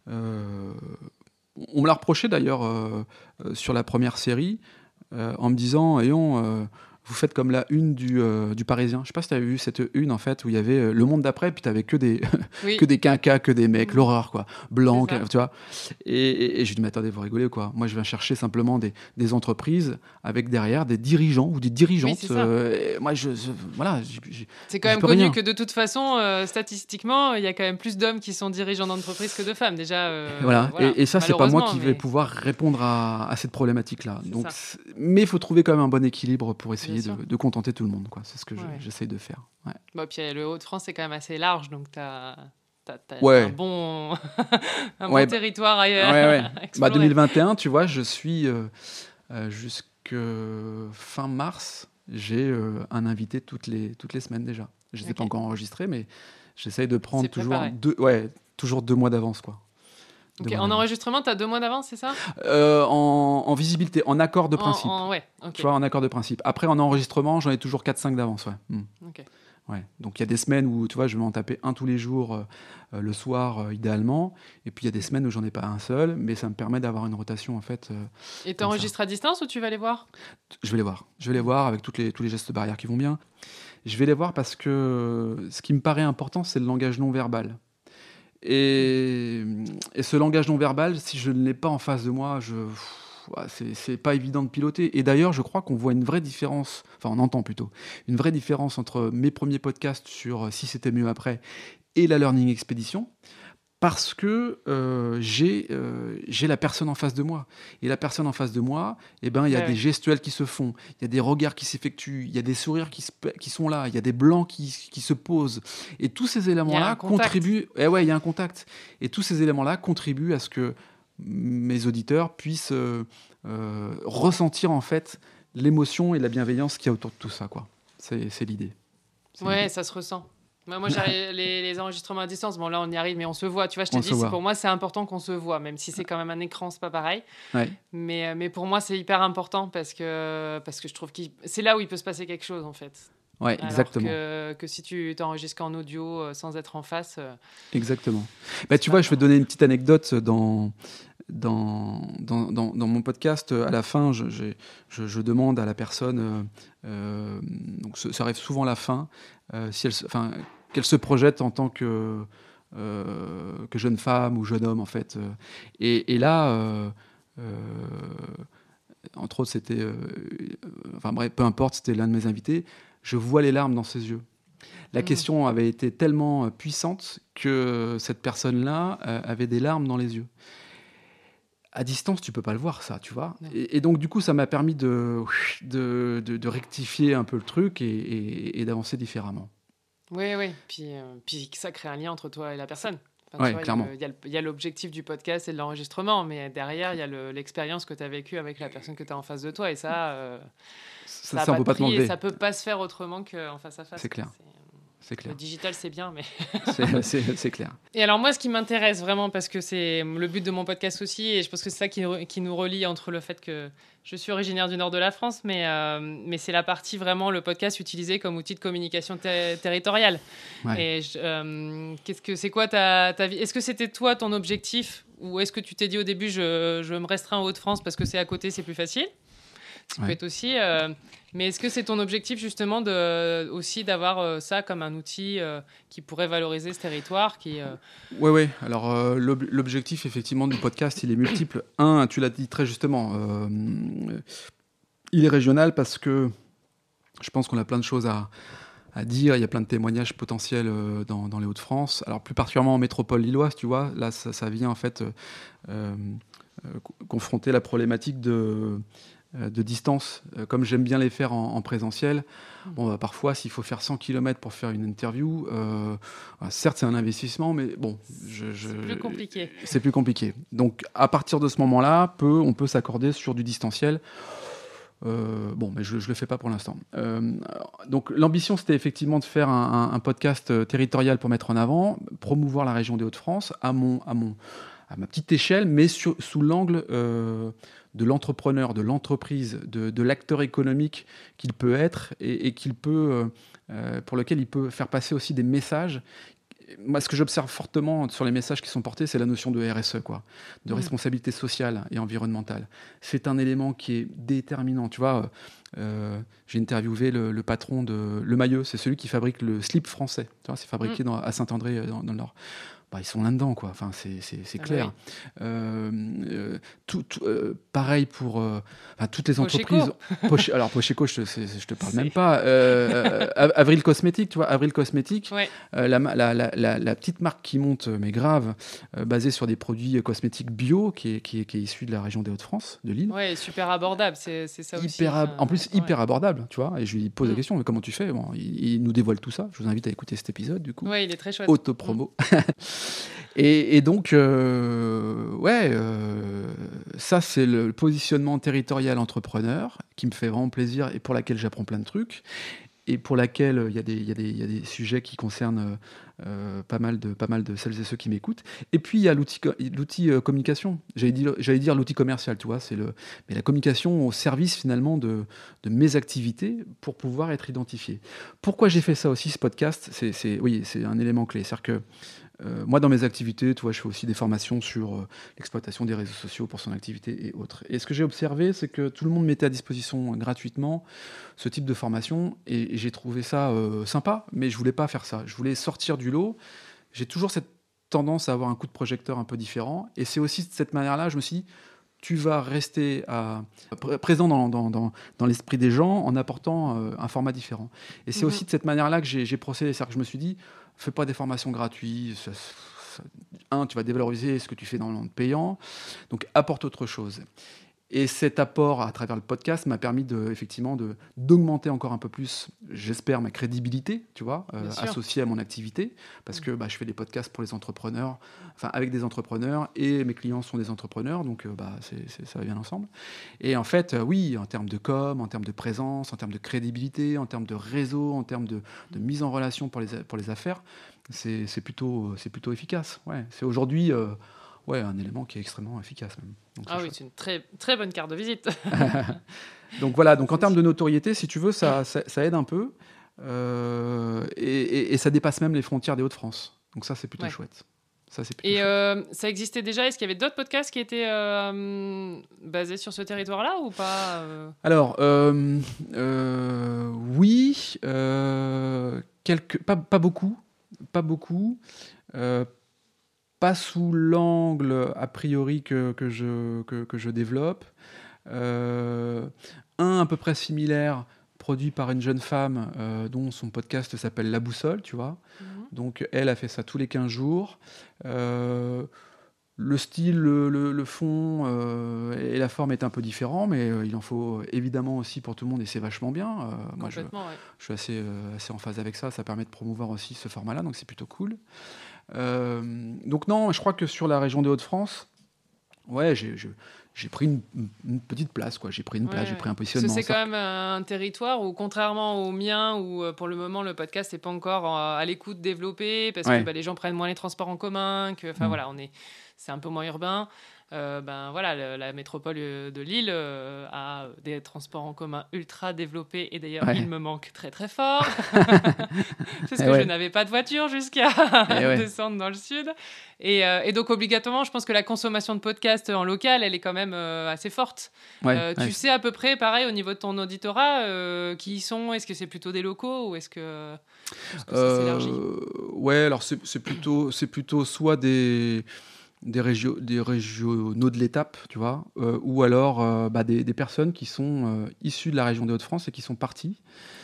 Euh, on me l'a reproché d'ailleurs euh, euh, sur la première série, Euh, en me disant, ayons, euh, vous faites comme la une du, euh, du Parisien. Je sais pas si tu avais vu cette une, en fait, où il y avait euh, le monde d'après, puis tu avais que des, Oui. que des quinquas, que des mecs, Mmh. l'horreur, quoi. Blanc, C'est ça. tu vois. Et, et, et je lui dis, mais attendez, vous rigolez, quoi. Moi, je viens chercher simplement des, des entreprises avec derrière des dirigeants ou des dirigeantes. c'est ça. euh, et moi, je, je- voilà, j'ai- j'ai- C'est quand J'y même peux connu rien. que de toute façon, euh, statistiquement, il y a quand même plus d'hommes qui sont dirigeants d'entreprise que de femmes. Déjà, euh, Voilà. voilà. Et, et ça, c'est pas moi qui Malheureusement, vais mais- pouvoir répondre à, à cette problématique-là. C'est Donc, ça. c'est- mais il faut trouver quand même un bon équilibre pour essayer Bien de, sûr. de contenter tout le monde, quoi. C'est ce que je- Ouais. j'essaye de faire. Ouais. Bon, puis euh, le Hauts-de-France, c'est quand même assez large, donc tu as, Ouais. un bon, un Ouais, bon bah- territoire ailleurs. Ouais, ouais. à Bah, explorer. deux mille vingt et un, tu vois, je suis euh, euh, jusque fin mars, j'ai euh, un invité toutes les, toutes les semaines déjà. Je ne sais Ok. pas encore enregistré, mais j'essaye de prendre C'est toujours préparé. deux, ouais, toujours deux mois d'avance, quoi. Deux Ok, mois en d'avance. enregistrement, tu as deux mois d'avance, c'est ça Euh, en, en visibilité, en accord de En- principe. en- Ouais, ok. Tu vois, en accord de principe. Après, en enregistrement, j'en ai toujours quatre cinq d'avance, ouais. Hmm. Ok. Ouais. Donc il y a des semaines où tu vois, je vais m'en taper un tous les jours, euh, euh, le soir euh, idéalement, et puis il y a des semaines où j'en ai pas un seul, mais ça me permet d'avoir une rotation en fait. euh, Et tu Comme enregistres à distance ou tu vas les voir je vais les voir, je vais les voir avec toutes les, tous les gestes barrières qui vont bien. Je vais les voir parce que ce qui me paraît important, c'est le langage non verbal. Et, et ce langage non verbal, si je ne l'ai pas en face de moi, je ouais, c'est, c'est pas évident de piloter. Et d'ailleurs, je crois qu'on voit une vraie différence, enfin on entend plutôt, une vraie différence entre mes premiers podcasts sur euh, Si c'était mieux après et la Learning Expedition, parce que euh, j'ai, euh, j'ai la personne en face de moi. Et la personne en face de moi, eh ben, il y a Ouais, des ouais. gestuels qui se font, il y a des regards qui s'effectuent, il y a des sourires qui, se, qui sont là, il y a des blancs qui, qui se posent. Et tous ces Il y a éléments-là un contact. contribuent... Eh ouais, il y a un contact. Et tous ces éléments-là contribuent à ce que mes auditeurs puissent euh, euh, ressentir en fait l'émotion et la bienveillance qu'il y a autour de tout ça, quoi. C'est, c'est l'idée. C'est Ouais, l'idée. ça se ressent. Moi, moi j'ai les, les enregistrements à distance. Bon, là, on y arrive, mais on se voit. Tu vois, je te On dis, se c'est- voit. pour moi, c'est important qu'on se voit, même si c'est quand même un écran, c'est pas pareil. Ouais. Mais, euh, mais pour moi, c'est hyper important parce que, parce que je trouve que c'est là où il peut se passer quelque chose, en fait. Ouais, Alors exactement. Que, que si tu t'enregistres qu'en audio euh, sans être en face. euh, Exactement. Bah, tu pas vois, je vais grave. donner une petite anecdote dans, dans, dans, dans, dans mon podcast. À la fin, je, j'ai- je, je demande à la personne, euh, euh, donc ça ça arrive souvent à la fin, euh, si elle, se- enfin, qu'elle se projette en tant que, euh, que jeune femme ou jeune homme, en fait. Et, et là, euh, euh, entre autres, c'était, euh, enfin bref, peu importe, c'était l'un de mes invités, je vois les larmes dans ses yeux. La Mhm. question avait été tellement euh, puissante que cette personne-là euh, avait des larmes dans les yeux. À distance, tu peux pas le voir, ça, tu vois. Non. Et, et donc, du coup, ça m'a permis de, de, de, de rectifier un peu le truc et, et, et d'avancer différemment. Oui, oui. Puis, euh, puis que ça crée un lien entre toi et la personne. Enfin, Ouais, tu vois, clairement. Il y a le- il y a l'objectif du podcast et de l'enregistrement, mais derrière, il y a le- l'expérience que tu as vécue avec la personne que tu as en face de toi. Et ça, euh, Ça, ça, a ça, on pas peut de pas te prix et l'enlever. ça peut pas se faire autrement qu'en face à face. C'est clair. C'est Le clair. digital, c'est bien, mais... C'est, c'est, c'est clair. Et alors moi, ce qui m'intéresse vraiment, parce que c'est le but de mon podcast aussi, et je pense que c'est ça qui, qui nous relie entre le fait que je suis originaire du nord de la France, mais, euh, mais c'est la partie vraiment, le podcast utilisé comme outil de communication ter- territoriale. Ouais. Et je- euh, qu'est-ce que c'est quoi ta, ta vie? Est-ce que c'était toi ton objectif, ou est-ce que tu t'es dit au début, je, je me restreins en Hauts-de-France parce que c'est à côté, c'est plus facile? Ça peut Ouais. être aussi. euh, mais est-ce que c'est ton objectif justement de, aussi d'avoir euh, ça comme un outil euh, qui pourrait valoriser ce territoire qui, euh, Oui, oui. Alors, euh, l'ob- l'objectif, effectivement, du podcast, il est multiple. Un, tu l'as dit très justement, euh, il est régional parce que je pense qu'on a plein de choses à, à dire. Il y a plein de témoignages potentiels euh, dans, dans les Hauts-de-France. Alors, plus particulièrement en métropole lilloise, tu vois. Là, ça, ça vient, en fait, euh, euh, co- confronter la problématique de... euh, de distance, euh, comme j'aime bien les faire en, en présentiel. Bon, bah, parfois, s'il faut faire cent kilomètres pour faire une interview, euh, bah, certes, c'est un investissement, mais bon, je, je- c'est plus compliqué. c'est plus compliqué. Donc, à partir de ce moment-là, peut, on peut s'accorder sur du distanciel. Euh, bon, mais je ne le fais pas pour l'instant. Euh, donc, l'ambition, c'était effectivement de faire un, un- un podcast euh, territorial pour mettre en avant, promouvoir la région des Hauts-de-France à, mon, à, mon, à ma petite échelle, mais sur- sous l'angle euh, de l'entrepreneur, de l'entreprise, de, de l'acteur économique qu'il peut être et, et qu'il peut, euh, euh, pour lequel il peut faire passer aussi des messages moi, ce que j'observe fortement sur les messages qui sont portés, c'est la notion de R S E, quoi, de Mmh. responsabilité sociale et environnementale. C'est un élément qui est déterminant. Tu vois, euh, j'ai interviewé le, le patron de Le Maillot, c'est celui qui fabrique le slip français. Tu vois, c'est fabriqué Mmh. dans, à Saint-André, euh, dans, dans le Nord. Bah, ils sont là-dedans, quoi. Enfin, c'est, c'est, c'est Ah clair. bah Euh, euh, tout, tout, euh, pareil pour euh, enfin, toutes les Pocheco. entreprises. Poche, alors, Pocheco, je te, c'est- je te parle C'est- même pas. Euh, euh, Avril Cosmétique, tu vois, Avril Cosmétique, Ouais. euh, la, ma- la, la, la, la petite marque qui monte, euh, mais grave, euh, basée sur des produits euh, cosmétiques bio, qui est, qui, est, qui est issue de la région des Hauts-de-France, de Lille. Ouais, super abordable, c'est, c'est ça aussi. Hyper ab- enfin, en plus, ouais. hyper abordable, tu vois. Et je lui pose la Mm. question, mais comment tu fais? Bon, il, il nous dévoile tout ça. Je vous invite à écouter cet épisode, du coup. Ouais, il est très chouette. Auto-promo. et, et donc, euh, ouais, euh, ça, c'est le positionnement territorial entrepreneur qui me fait vraiment plaisir et pour laquelle j'apprends plein de trucs. Et pour laquelle euh, il y, a des- il y, a des- il y a des sujets qui concernent euh, pas, mal de, pas mal de celles et ceux qui m'écoutent. Et puis, il y a l'outil, co- l'outil euh, communication. J'allais dire, j'allais dire l'outil commercial, tu vois. C'est le, mais la communication au service, finalement, de, de mes activités pour pouvoir être identifié. Pourquoi j'ai fait ça aussi, ce podcast? c'est, c'est, Oui, c'est un élément clé. C'est-à-dire que euh, moi, dans mes activités, tu vois, je fais aussi des formations sur euh, l'exploitation des réseaux sociaux pour son activité et autres. Et ce que j'ai observé, c'est que tout le monde mettait à disposition euh, gratuitement ce type de formation, et, et j'ai trouvé ça euh, sympa, mais je voulais pas faire ça. Je voulais sortir du lot. J'ai toujours cette tendance à avoir un coup de projecteur un peu différent, et c'est aussi de cette manière-là, je me suis dit, tu vas rester à, pr- présent dans, dans, dans, dans l'esprit des gens en apportant euh, un format différent. Et c'est Mhm. aussi de cette manière-là que j'ai, j'ai procédé. C'est-à-dire que je me suis dit, fais pas des formations gratuites. Ça- ça- un, tu vas dévaloriser ce que tu fais dans le monde payant. Donc, apporte autre chose. Et cet apport à travers le podcast m'a permis de, effectivement de, d'augmenter encore un peu plus, j'espère, ma crédibilité, tu vois, euh, Bien sûr. associée à mon activité, parce que bah, je fais des podcasts pour les entrepreneurs, enfin avec des entrepreneurs, et mes clients sont des entrepreneurs, donc euh, bah, c'est, c'est- ça va bien ensemble. Et en fait, euh, oui, en termes de com, en termes de présence, en termes de crédibilité, en termes de réseau, en termes de, de mise en relation pour les, a- pour les affaires, c'est, c'est plutôt, c'est plutôt efficace. Ouais. C'est aujourd'hui euh, ouais, un élément qui est extrêmement efficace même. Donc, c'est Ah oui, chouette. c'est une très, très bonne carte de visite. Donc voilà, donc en C'est termes de sûr. notoriété, si tu veux, ça, ça, ça aide un peu. Euh, et, et- et ça dépasse même les frontières des Hauts-de-France. Donc ça, c'est plutôt Ouais. chouette. Ça, c'est plutôt Et chouette. euh, ça existait déjà? Est-ce qu'il y avait d'autres podcasts qui étaient euh, basés sur ce territoire-là ou pas euh Alors, euh, euh, oui, euh, quelques, pas, pas beaucoup, pas beaucoup, euh, pas sous l'angle a priori que, que, je, que, que je développe. Euh, un à peu près similaire, produit par une jeune femme euh, dont son podcast s'appelle La Boussole, tu vois. Mhm. Donc elle a fait ça tous les quinze jours. Euh, le style, le, le- le fond euh, et la forme est un peu différent, mais euh, il en faut évidemment aussi pour tout le monde et c'est vachement bien. Euh, moi, je, Complètement, ouais. je suis assez, euh, assez en phase avec ça. Ça permet de promouvoir aussi ce format-là, donc c'est plutôt cool. Euh, donc non, je crois que sur la région des Hauts-de-France, ouais, j'ai, je- j'ai pris une, une petite place, quoi. J'ai pris une place, Ouais, j'ai ouais. pris un Parce que positionnement. c'est Ça- quand même un territoire où, contrairement au mien, où euh, pour le moment le podcast n'est pas encore euh, à l'écoute développé, parce Ouais. que bah, les gens prennent moins les transports en commun, que, enfin Mm. voilà, on est, c'est un peu moins urbain. Euh, ben voilà, le- la métropole euh, de Lille euh, a des transports en commun ultra développés, et d'ailleurs Ouais. il me manque très très fort. Parce que Eh ouais. je n'avais pas de voiture jusqu'à Eh ouais. descendre dans le sud. Et, euh, et donc, obligatoirement, je pense que la consommation de podcasts en local, elle est quand même euh, assez forte. Ouais, Euh, ouais. tu sais à peu près, pareil, au niveau de ton auditorat, euh, qui ils sont? Est-ce que c'est plutôt des locaux ou est-ce que, est-ce que ça s'élargit? Euh, ouais, alors c'est, c'est plutôt, c'est plutôt soit des, des, régio- des régionaux de l'étape, tu vois, euh, ou alors euh, bah, des, des personnes qui sont euh, issues de la région des Hauts-de-France et qui sont parties.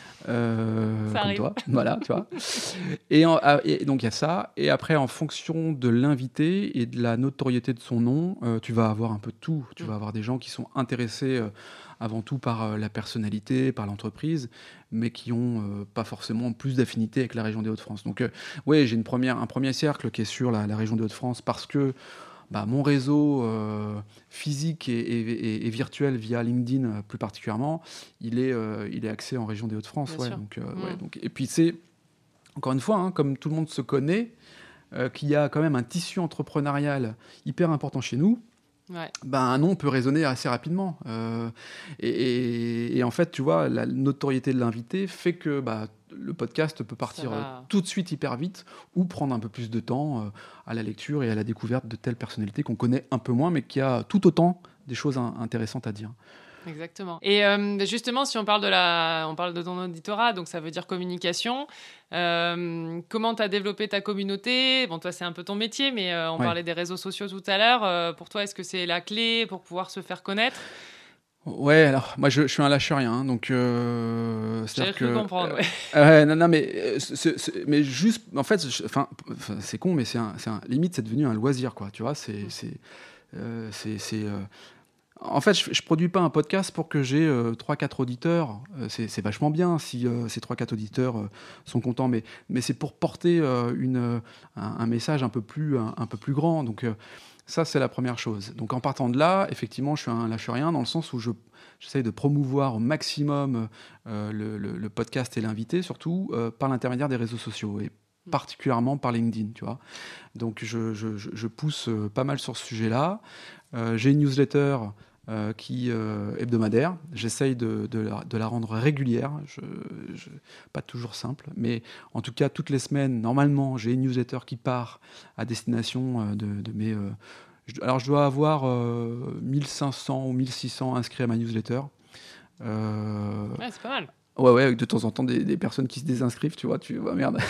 euh, Ça comme arrive. toi, voilà, tu vois. Et, en- ah, et donc il y a ça. Et après, en fonction de l'invité et de la notoriété de son nom, euh, tu vas avoir un peu de tout. Tu Mm. vas avoir des gens qui sont intéressés euh, avant tout par euh, la personnalité, par l'entreprise, mais qui ont euh, pas forcément plus d'affinité avec la région des Hauts-de-France. Donc, euh, oui, j'ai une première, un premier cercle qui est sur la, la région des Hauts-de-France parce que bah, mon réseau euh, physique et, et- et- et virtuel via LinkedIn euh, plus particulièrement, il est, euh, il est axé en région des Hauts-de-France. Bien Ouais, sûr. donc, euh, Mm. ouais, donc, et puis c'est, encore une fois, hein, comme tout le monde se connaît, euh, qu'il y a quand même un tissu entrepreneurial hyper important chez nous, Ouais. ben, un nom peut résonner assez rapidement. Euh, et, et- et en fait, tu vois, la notoriété de l'invité fait que bah, le podcast peut partir euh, va. tout de suite hyper vite ou prendre un peu plus de temps euh, à la lecture et à la découverte de telle personnalité qu'on connaît un peu moins, mais qui a tout autant des choses in- intéressantes à dire. Exactement. Et euh, justement, si on parle de la, on parle de ton auditorat, donc ça veut dire communication. Euh, comment tu as développé ta communauté? Bon, toi, c'est un peu ton métier, mais euh, on Ouais. parlait des réseaux sociaux tout à l'heure. Euh, pour toi, est-ce que c'est la clé pour pouvoir se faire connaître? Ouais, alors moi je, je suis un lâche-rien, hein, donc euh, J'avais c'est-à-dire cru que comprendre, ouais. euh, ouais, non, non, mais euh, c'est- c'est- mais juste, en fait, je- enfin, enfin, c'est con, mais c'est un, c'est un, limite, c'est devenu un loisir, quoi. Tu vois, c'est, c'est, euh, c'est, c'est, euh, en fait, je, je produis pas un podcast pour que j'ai euh, trois quatre auditeurs. Euh, c'est, c'est vachement bien si euh, ces trois quatre auditeurs euh, sont contents, mais, mais c'est pour porter euh, une, euh, un, un message un peu plus, un, un peu plus grand. Donc, euh, ça, c'est la première chose. Donc, en partant de là, effectivement, je suis un lâche-rien dans le sens où je, j'essaye de promouvoir au maximum euh, le, le- le podcast et l'invité, surtout euh, par l'intermédiaire des réseaux sociaux et particulièrement par LinkedIn, tu vois. Donc, je, je- je- je pousse euh, pas mal sur ce sujet-là. Euh, j'ai une newsletter euh, qui euh, hebdomadaire. J'essaye de, de la, de la rendre régulière. Je, je- pas toujours simple, mais en tout cas, toutes les semaines, normalement, j'ai une newsletter qui part à destination euh, de, de mes... euh, je- alors, je dois avoir euh, mille cinq cents ou mille six cents inscrits à ma newsletter. Euh, Ouais, c'est pas mal. ouais, ouais, avec de temps en temps des, des personnes qui se désinscrivent, tu vois, tu vois, merde.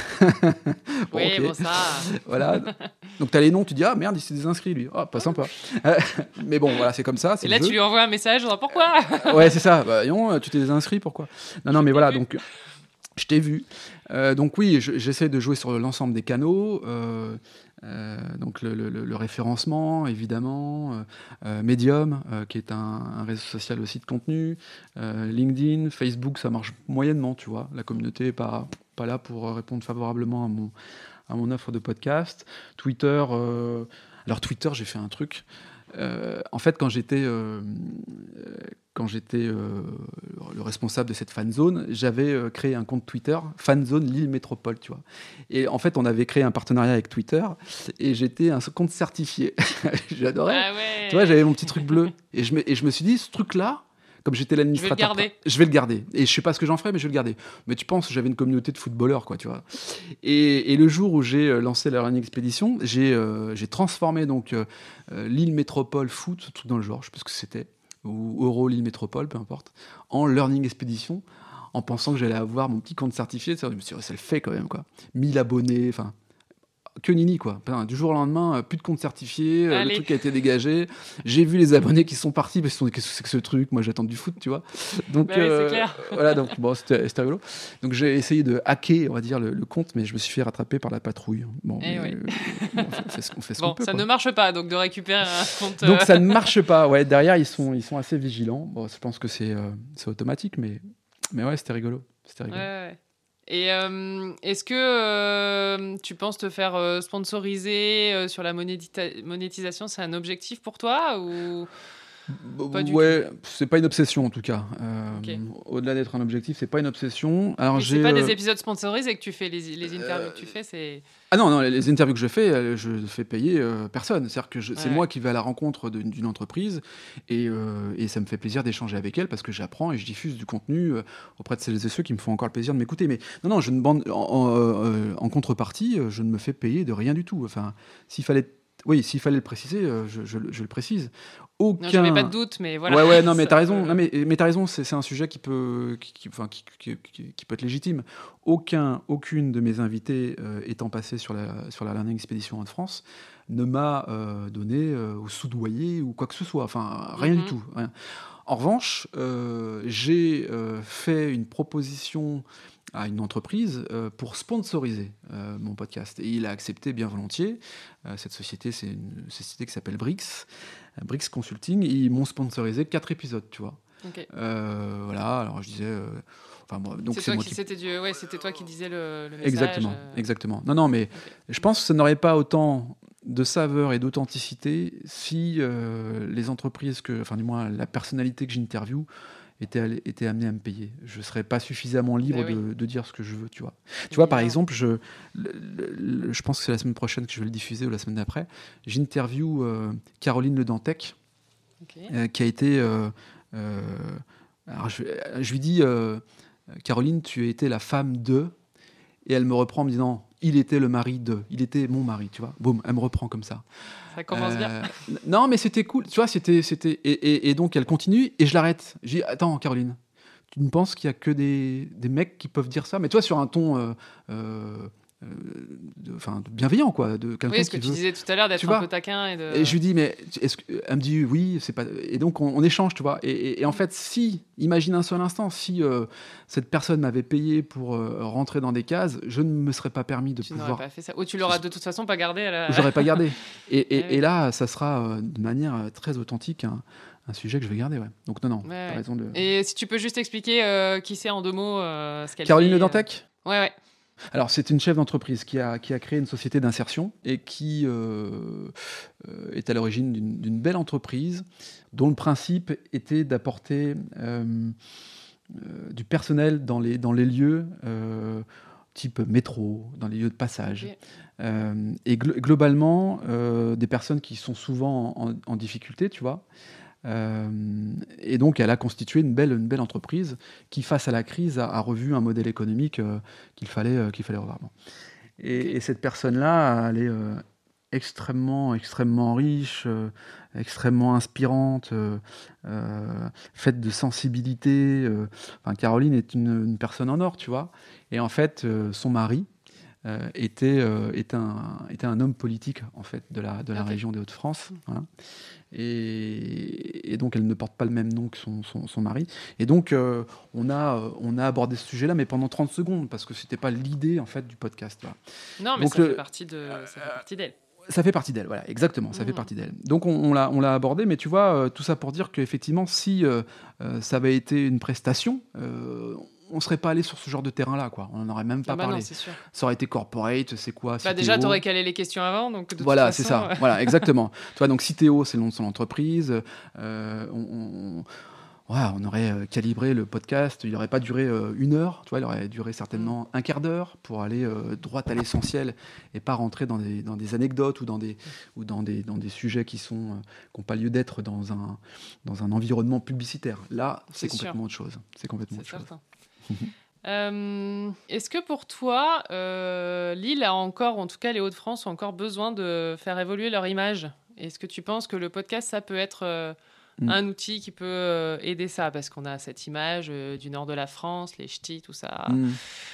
Bon, Oui, ok. bon, ça. Voilà. Donc, tu as les noms, tu dis, ah merde, il s'est désinscrit, lui. Ah, pas sympa. Euh, mais bon, voilà, c'est comme ça. C'est Et le là, jeu. tu lui envoies un message, genre, pourquoi? Ouais, c'est ça. Bah, non, tu t'es désinscrit, pourquoi? Non, non, Je mais t'ai voilà, vu. donc je t'ai vu. Euh, donc oui, je- j'essaie de jouer sur l'ensemble des canaux. euh, euh, donc le, le- le référencement, évidemment. euh, euh, Medium, euh, qui est un, un réseau social aussi de contenu. euh, LinkedIn, Facebook, ça marche moyennement, tu vois. La communauté n'est pas, pas là pour répondre favorablement à mon, à mon offre de podcast. Twitter, euh, alors Twitter, j'ai fait un truc. Euh, en fait, quand j'étais euh, euh, quand j'étais euh, le responsable de cette fan zone, j'avais euh, créé un compte Twitter, fan zone Lille Métropole, tu vois. Et en fait, on avait créé un partenariat avec Twitter et j'étais un compte certifié. J'adorais. Ah ouais. Tu vois, j'avais mon petit truc bleu et je me, et je me suis dit, ce truc-là, comme j'étais l'administrateur, Je vais le garder. je vais le garder. Et je sais pas ce que j'en ferai, mais je vais le garder. Mais tu penses, j'avais une communauté de footballeurs, quoi, tu vois. Et, et le jour où j'ai euh, lancé la Learning Expedition, j'ai euh, j'ai transformé donc euh, euh, Lille Métropole Foot, tout dans le genre, je sais plus ce que c'était, ou Euro Lille Métropole, peu importe, en Learning Expedition, en pensant que j'allais avoir mon petit compte certifié. Je me suis dit, ça le fait quand même, quoi. mille abonnés, enfin. Que nini, quoi. Enfin, du jour au lendemain, euh, plus de compte certifié, euh, le Allez. truc a été dégagé. J'ai vu les abonnés qui sont partis parce qu'ils se sont dit, qu'est-ce que c'est que ce truc? Moi, j'attends du foot, tu vois. Donc, Bah oui, c'est clair. voilà, donc bon, c'était c'était rigolo. Donc, j'ai essayé de hacker, on va dire, le, le compte, mais je me suis fait rattraper par la patrouille. Bon, Eh mais, oui. euh, bon, on fait ce qu'on fait ce qu'on Bon, peut, ça quoi. ne marche pas, donc de récupérer un compte. Donc, euh, ça ne marche pas. Ouais, derrière, ils sont, ils sont assez vigilants. Bon, je pense que c'est euh, c'est automatique, mais, mais ouais, c'était rigolo. C'était rigolo. Ouais, ouais. Et euh, est-ce que euh, tu penses te faire euh, sponsoriser euh, sur la monétita- monétisation? C'est un objectif pour toi ou... Pas du Ouais, c'est pas une obsession en tout cas. Euh, Ok. Au-delà d'être un objectif, c'est pas une obsession. Alors Mais j'ai. c'est pas euh, des épisodes sponsorisés que tu fais, les, les interviews que tu fais, c'est... Ah non, non, les- les interviews que je fais, euh, je ne fais payer euh, personne. C'est-à-dire que je- c'est Ouais. moi qui vais à la rencontre d'une d'une entreprise et, euh, et ça me fait plaisir d'échanger avec elle parce que j'apprends et je diffuse du contenu euh, auprès de celles et ceux qui me font encore le plaisir de m'écouter. Mais non, non, je ne bande, en, en, euh, en contrepartie, euh, je ne me fais payer de rien du tout. Enfin, s'il fallait, oui, s'il fallait le préciser, euh, je, je le- je le précise. Aucun. Non, je mets pas de doute, mais voilà. Ouais, ouais, non, mais Ça t'as raison. peut- Non, mais, mais t'as raison, c'est c'est un sujet qui peut, qui, qui- enfin, qui, qui- qui- qui peut être légitime. Aucun, aucune de mes invités euh, étant passée sur la, sur la Learning Expedition en France ne m'a euh, donné euh, ou soudoyé ou quoi que ce soit. Enfin, rien Mhm. du tout. Rien. En revanche, euh, j'ai euh, fait une proposition à une entreprise euh, pour sponsoriser euh, mon podcast. Et il a accepté bien volontiers. Euh, cette société, c'est une société qui s'appelle Brix. euh, Brix Consulting. Ils m'ont sponsorisé quatre épisodes, tu vois. Ok. Euh, voilà, alors je disais... euh, enfin, moi, donc C'est c'est toi moi qui, qui... c'était du- ouais, c'était toi qui disais le, le message. Exactement, euh, exactement. Non, non, mais je pense que ça n'aurait pas autant de saveur et d'authenticité si euh, les entreprises, que, enfin du moins la personnalité que j'interviewe, était, allé- était amenée à me payer. Je ne serais pas suffisamment libre Eh oui. de, de dire ce que je veux, tu vois. Tu vois, par Évidemment. exemple, je, le- le- le- je pense que c'est la semaine prochaine que je vais le diffuser ou la semaine d'après, j'interviewe euh, Caroline Le Dantec, Ok. euh, qui a été... euh, euh, alors je, je lui dis, euh, Caroline, tu as été la femme de... et elle me reprend en me disant il était le mari de, il était mon mari, tu vois. Boum, elle me reprend comme ça. Ça commence euh, bien. Non, mais c'était cool, tu vois, c'était, c'était, et, et, et donc elle continue et je l'arrête. J'ai dit attends, Caroline, tu ne penses qu'il y a que des, des mecs qui peuvent dire ça, mais toi sur un ton. Euh, euh, Enfin, de, de bienveillant quoi, de quelqu'un oui, ce que qui tu veut... disais tout à l'heure d'être tu un vois, peu taquin et de... et je lui dis mais est-ce que... elle me dit oui c'est pas, et donc on, on échange, tu vois, et, et, et en fait si, imagine un seul instant, si euh, cette personne m'avait payé pour euh, rentrer dans des cases, je ne me serais pas permis de tu pouvoir... n'aurais pas fait ça, ou tu l'auras de toute façon pas gardé à la... j'aurais pas gardé et, et, ouais, oui. et là ça sera euh, de manière très authentique un, un sujet que je vais garder, ouais. Donc non non, ouais, t'as ouais. raison de... Et si tu peux juste expliquer euh, qui c'est en deux mots euh, ce qu'elle Caroline fait, Le Dantec euh... ouais ouais. Alors, c'est une chef d'entreprise qui a, qui a créé une société d'insertion et qui euh, euh, est à l'origine d'une, d'une belle entreprise dont le principe était d'apporter euh, euh, du personnel dans les, dans les lieux euh, type métro, dans les lieux de passage. Okay. Euh, et gl- globalement, euh, des personnes qui sont souvent en, en difficulté, tu vois. Euh, et donc, elle a constitué une belle, une belle entreprise qui, face à la crise, a, a revu un modèle économique euh, qu'il fallait, euh, qu'il fallait revoir. Bon. Et, okay. et cette personne-là, elle est euh, extrêmement, extrêmement riche, euh, extrêmement inspirante, euh, euh, faite de sensibilité. Euh, enfin, Caroline est une, une personne en or, tu vois. Et en fait, euh, son mari euh, était, euh, était, un, était un homme politique, en fait, de la, de la okay. région des Hauts-de-France. Voilà. Et, et donc elle ne porte pas le même nom que son, son, son mari. Et donc euh, on, a, on a abordé ce sujet-là, mais pendant trente secondes, parce que c'était pas l'idée en fait du podcast. Voilà. Non, mais donc, ça, le, fait partie de, ça fait partie d'elle. Ça fait partie d'elle, voilà, exactement, ça mmh. fait partie d'elle. Donc on, on, l'a, on l'a abordé, mais tu vois, euh, tout ça pour dire qu'effectivement, si euh, euh, ça avait été une prestation, euh, on ne serait pas allé sur ce genre de terrain-là, quoi. On n'en aurait même pas ah bah parlé. Non, c'est sûr. Ça aurait été corporate, c'est quoi bah Déjà, tu aurais calé les questions avant, donc de voilà, toute façon, c'est ça. Euh... Voilà, exactement. Tu vois, donc Citeo, c'est le nom de son entreprise. Euh, on, on, ouais, on aurait euh, calibré le podcast. Il n'aurait pas duré euh, une heure. Tu vois, il aurait duré certainement mmh. un quart d'heure pour aller euh, droit à l'essentiel et pas rentrer dans des, dans des anecdotes ou dans des, ou dans des, dans des sujets qui sont euh, qui n'ont pas lieu d'être dans un, dans un environnement publicitaire. Là, c'est, c'est complètement autre chose. C'est complètement c'est autre certain. chose. Euh, est-ce que pour toi, euh, Lille a encore, en tout cas les Hauts-de-France, ont encore besoin de faire évoluer leur image ? Est-ce que tu penses que le podcast, ça peut être euh, mmh. un outil qui peut euh, aider ça ? Parce qu'on a cette image euh, du nord de la France, les ch'tis, tout ça, mmh.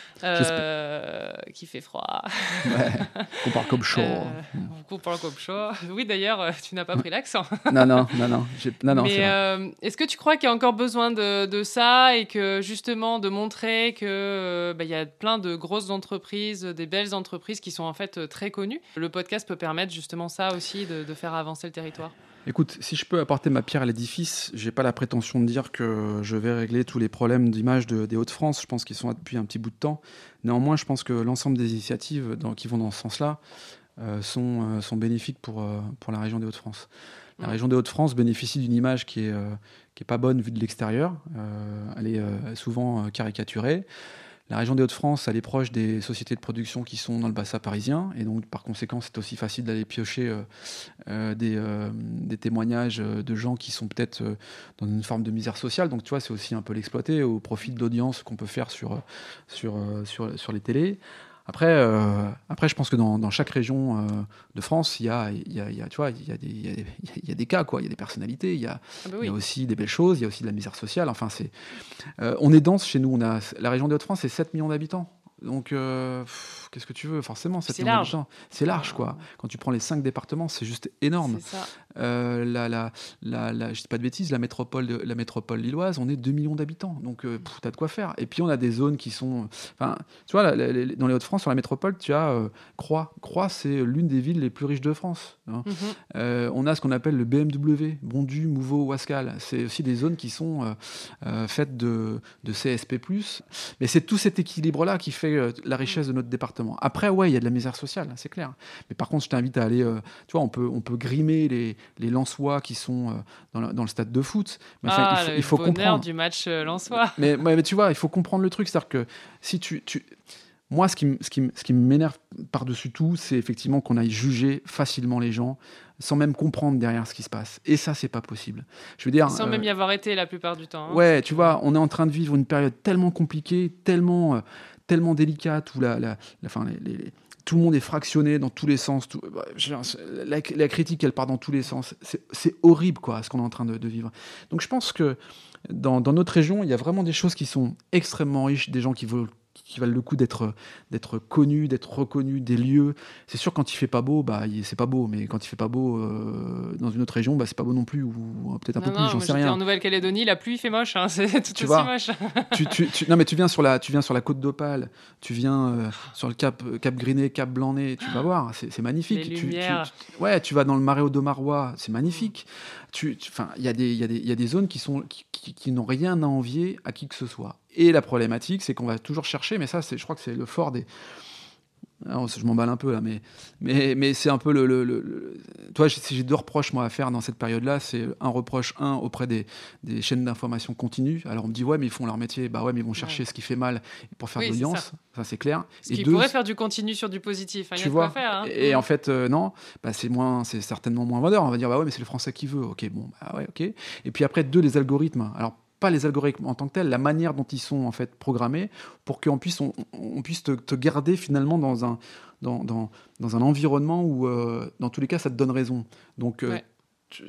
euh, qui fait froid. Ouais, on parle comme chaud. Euh, on parle comme chaud. Oui, d'ailleurs, tu n'as pas pris l'accent. non, non, non, non. J'ai... non, non Mais c'est euh, est-ce que tu crois qu'il y a encore besoin de, de ça et que justement de montrer qu'il euh, bah, y a plein de grosses entreprises, des belles entreprises qui sont en fait très connues ? Le podcast peut permettre justement ça aussi, de, de faire avancer le territoire. Écoute, si je peux apporter ma pierre à l'édifice, j'ai pas la prétention de dire que je vais régler tous les problèmes d'image de, des Hauts-de-France. Je pense qu'ils sont là depuis un petit bout de temps. Néanmoins, je pense que l'ensemble des initiatives dans, qui vont dans ce sens-là euh, sont, euh, sont bénéfiques pour, euh, pour la région des Hauts-de-France. La mmh. région des Hauts-de-France bénéficie d'une image qui est, euh, qui est pas bonne vue de l'extérieur. Euh, elle est euh, souvent euh, caricaturée. La région des Hauts-de-France, elle est proche des sociétés de production qui sont dans le bassin parisien, et donc par conséquent, c'est aussi facile d'aller piocher euh, euh, des, euh, des témoignages de gens qui sont peut-être euh, dans une forme de misère sociale. Donc tu vois, c'est aussi un peu l'exploiter au profit de l'audience qu'on peut faire sur, sur, sur, sur les télés. Après, euh, après, je pense que dans, dans chaque région euh, de France, il y a, il y a, il y a, tu vois, il y a des, il y a, il y a des cas, quoi. Il y a des personnalités. Il y a, ah bah oui. il y a aussi des belles choses. Il y a aussi de la misère sociale. Enfin, c'est, euh, on est dense chez nous. On a la région des Hauts-de-France, c'est sept millions d'habitants. Donc, euh, pff, qu'est-ce que tu veux ? Forcément, sept millions d'habitants. C'est large, quoi. Quand tu prends les cinq départements, c'est juste énorme. C'est ça. Euh, la, la, la, la, je dis pas de bêtises, la métropole, de, la métropole lilloise, on est deux millions d'habitants. Donc, euh, pff, t'as de quoi faire. Et puis, on a des zones qui sont... Enfin, tu vois, la, la, dans les Hauts-de-France, sur la métropole, tu as euh, Croix. Croix, c'est l'une des villes les plus riches de France. Hein. Mm-hmm. Euh, on a ce qu'on appelle le B M W, Bondu, Mouveau, Ouascal. C'est aussi des zones qui sont euh, euh, faites de, de C S P plus. Mais c'est tout cet équilibre-là qui fait euh, la richesse de notre département. Après, ouais, il y a de la misère sociale, c'est clair. Mais par contre, je t'invite à aller... Euh, tu vois, on peut, on peut grimer les, les Lensois qui sont euh, dans, le, dans le stade de foot. Mais, ah, enfin, il faut, le il faut bonheur comprendre. Du match euh, Lensois. Mais, mais, mais tu vois, il faut comprendre le truc. C'est-à-dire que si tu... tu... Moi, ce qui, m- ce qui, m- ce qui m'énerve par-dessus tout, c'est effectivement qu'on aille juger facilement les gens sans même comprendre derrière ce qui se passe. Et ça, c'est pas possible. Je veux dire, Sans euh, même y avoir été la plupart du temps. hein. ouais, C'est tu que- vois, on est en train de vivre une période tellement compliquée, tellement, euh, tellement délicate, où la, la, la- enfin, les- les- les- tout le monde est fractionné dans tous les sens. Tout, bah, je veux dire, la, la critique, elle part dans tous les sens. C'est c'est horrible, quoi, ce qu'on est en train de, de vivre. Donc, je pense que dans, dans notre région, il y a vraiment des choses qui sont extrêmement riches, des gens qui veulent qui valent le coup d'être d'être connus, d'être reconnus, des lieux. C'est sûr, quand il fait pas beau, bah il- c'est pas beau, mais quand il fait pas beau euh, dans une autre région, bah c'est pas beau non plus, ou, ou peut-être un Non, peu plus, non, j'en moi, sais j'étais rien. en Nouvelle-Calédonie, la pluie fait moche, hein, c'est tout Tu aussi vois, moche. tu, tu, tu- non mais tu viens sur la, tu viens sur la côte d'Opale, tu viens euh, sur le cap, Cap Griné, Cap Blanc-Nez, tu vas voir, c'est c'est magnifique. Les Tu, tu- lumières. tu- ouais, tu vas dans le Marais Audomarois, c'est magnifique. Tu, tu- enfin, il y a des, il y a des, il y a des zones qui sont, qui, qui- qui n'ont rien à envier à qui que ce soit. Et la problématique, c'est qu'on va toujours chercher, mais ça, c'est, je crois que c'est le fort des. Alors, je m'emballe un peu là, mais, mais, mais c'est un peu le. le, le- le- Toi, j'ai- si j'ai deux reproches moi à faire dans cette période-là, c'est un reproche, un, auprès des, des chaînes d'information continues. Alors on me dit, ouais, mais ils font leur métier. Bah ouais, mais ils vont chercher Ouais. ce qui fait mal pour faire Oui, de c'est l'audience. Ça, c'est clair. Ce Et qui deux, pourrait faire du continu sur du positif. hein, Il y tu a de quoi vois, faire. hein. et Mm. en fait, euh, non, bah, c'est moins, c'est certainement moins vendeur. On va dire, bah ouais, mais c'est le français qui veut. Ok, bon, bah ouais, ok. Et puis après, deux, les algorithmes. Alors, pas les algorithmes en tant que tels, la manière dont ils sont en fait programmés pour qu'on puisse, on, on puisse te, te garder finalement dans un, dans, dans, dans un environnement où, euh, dans tous les cas, ça te donne raison. Donc, euh, Ouais. je-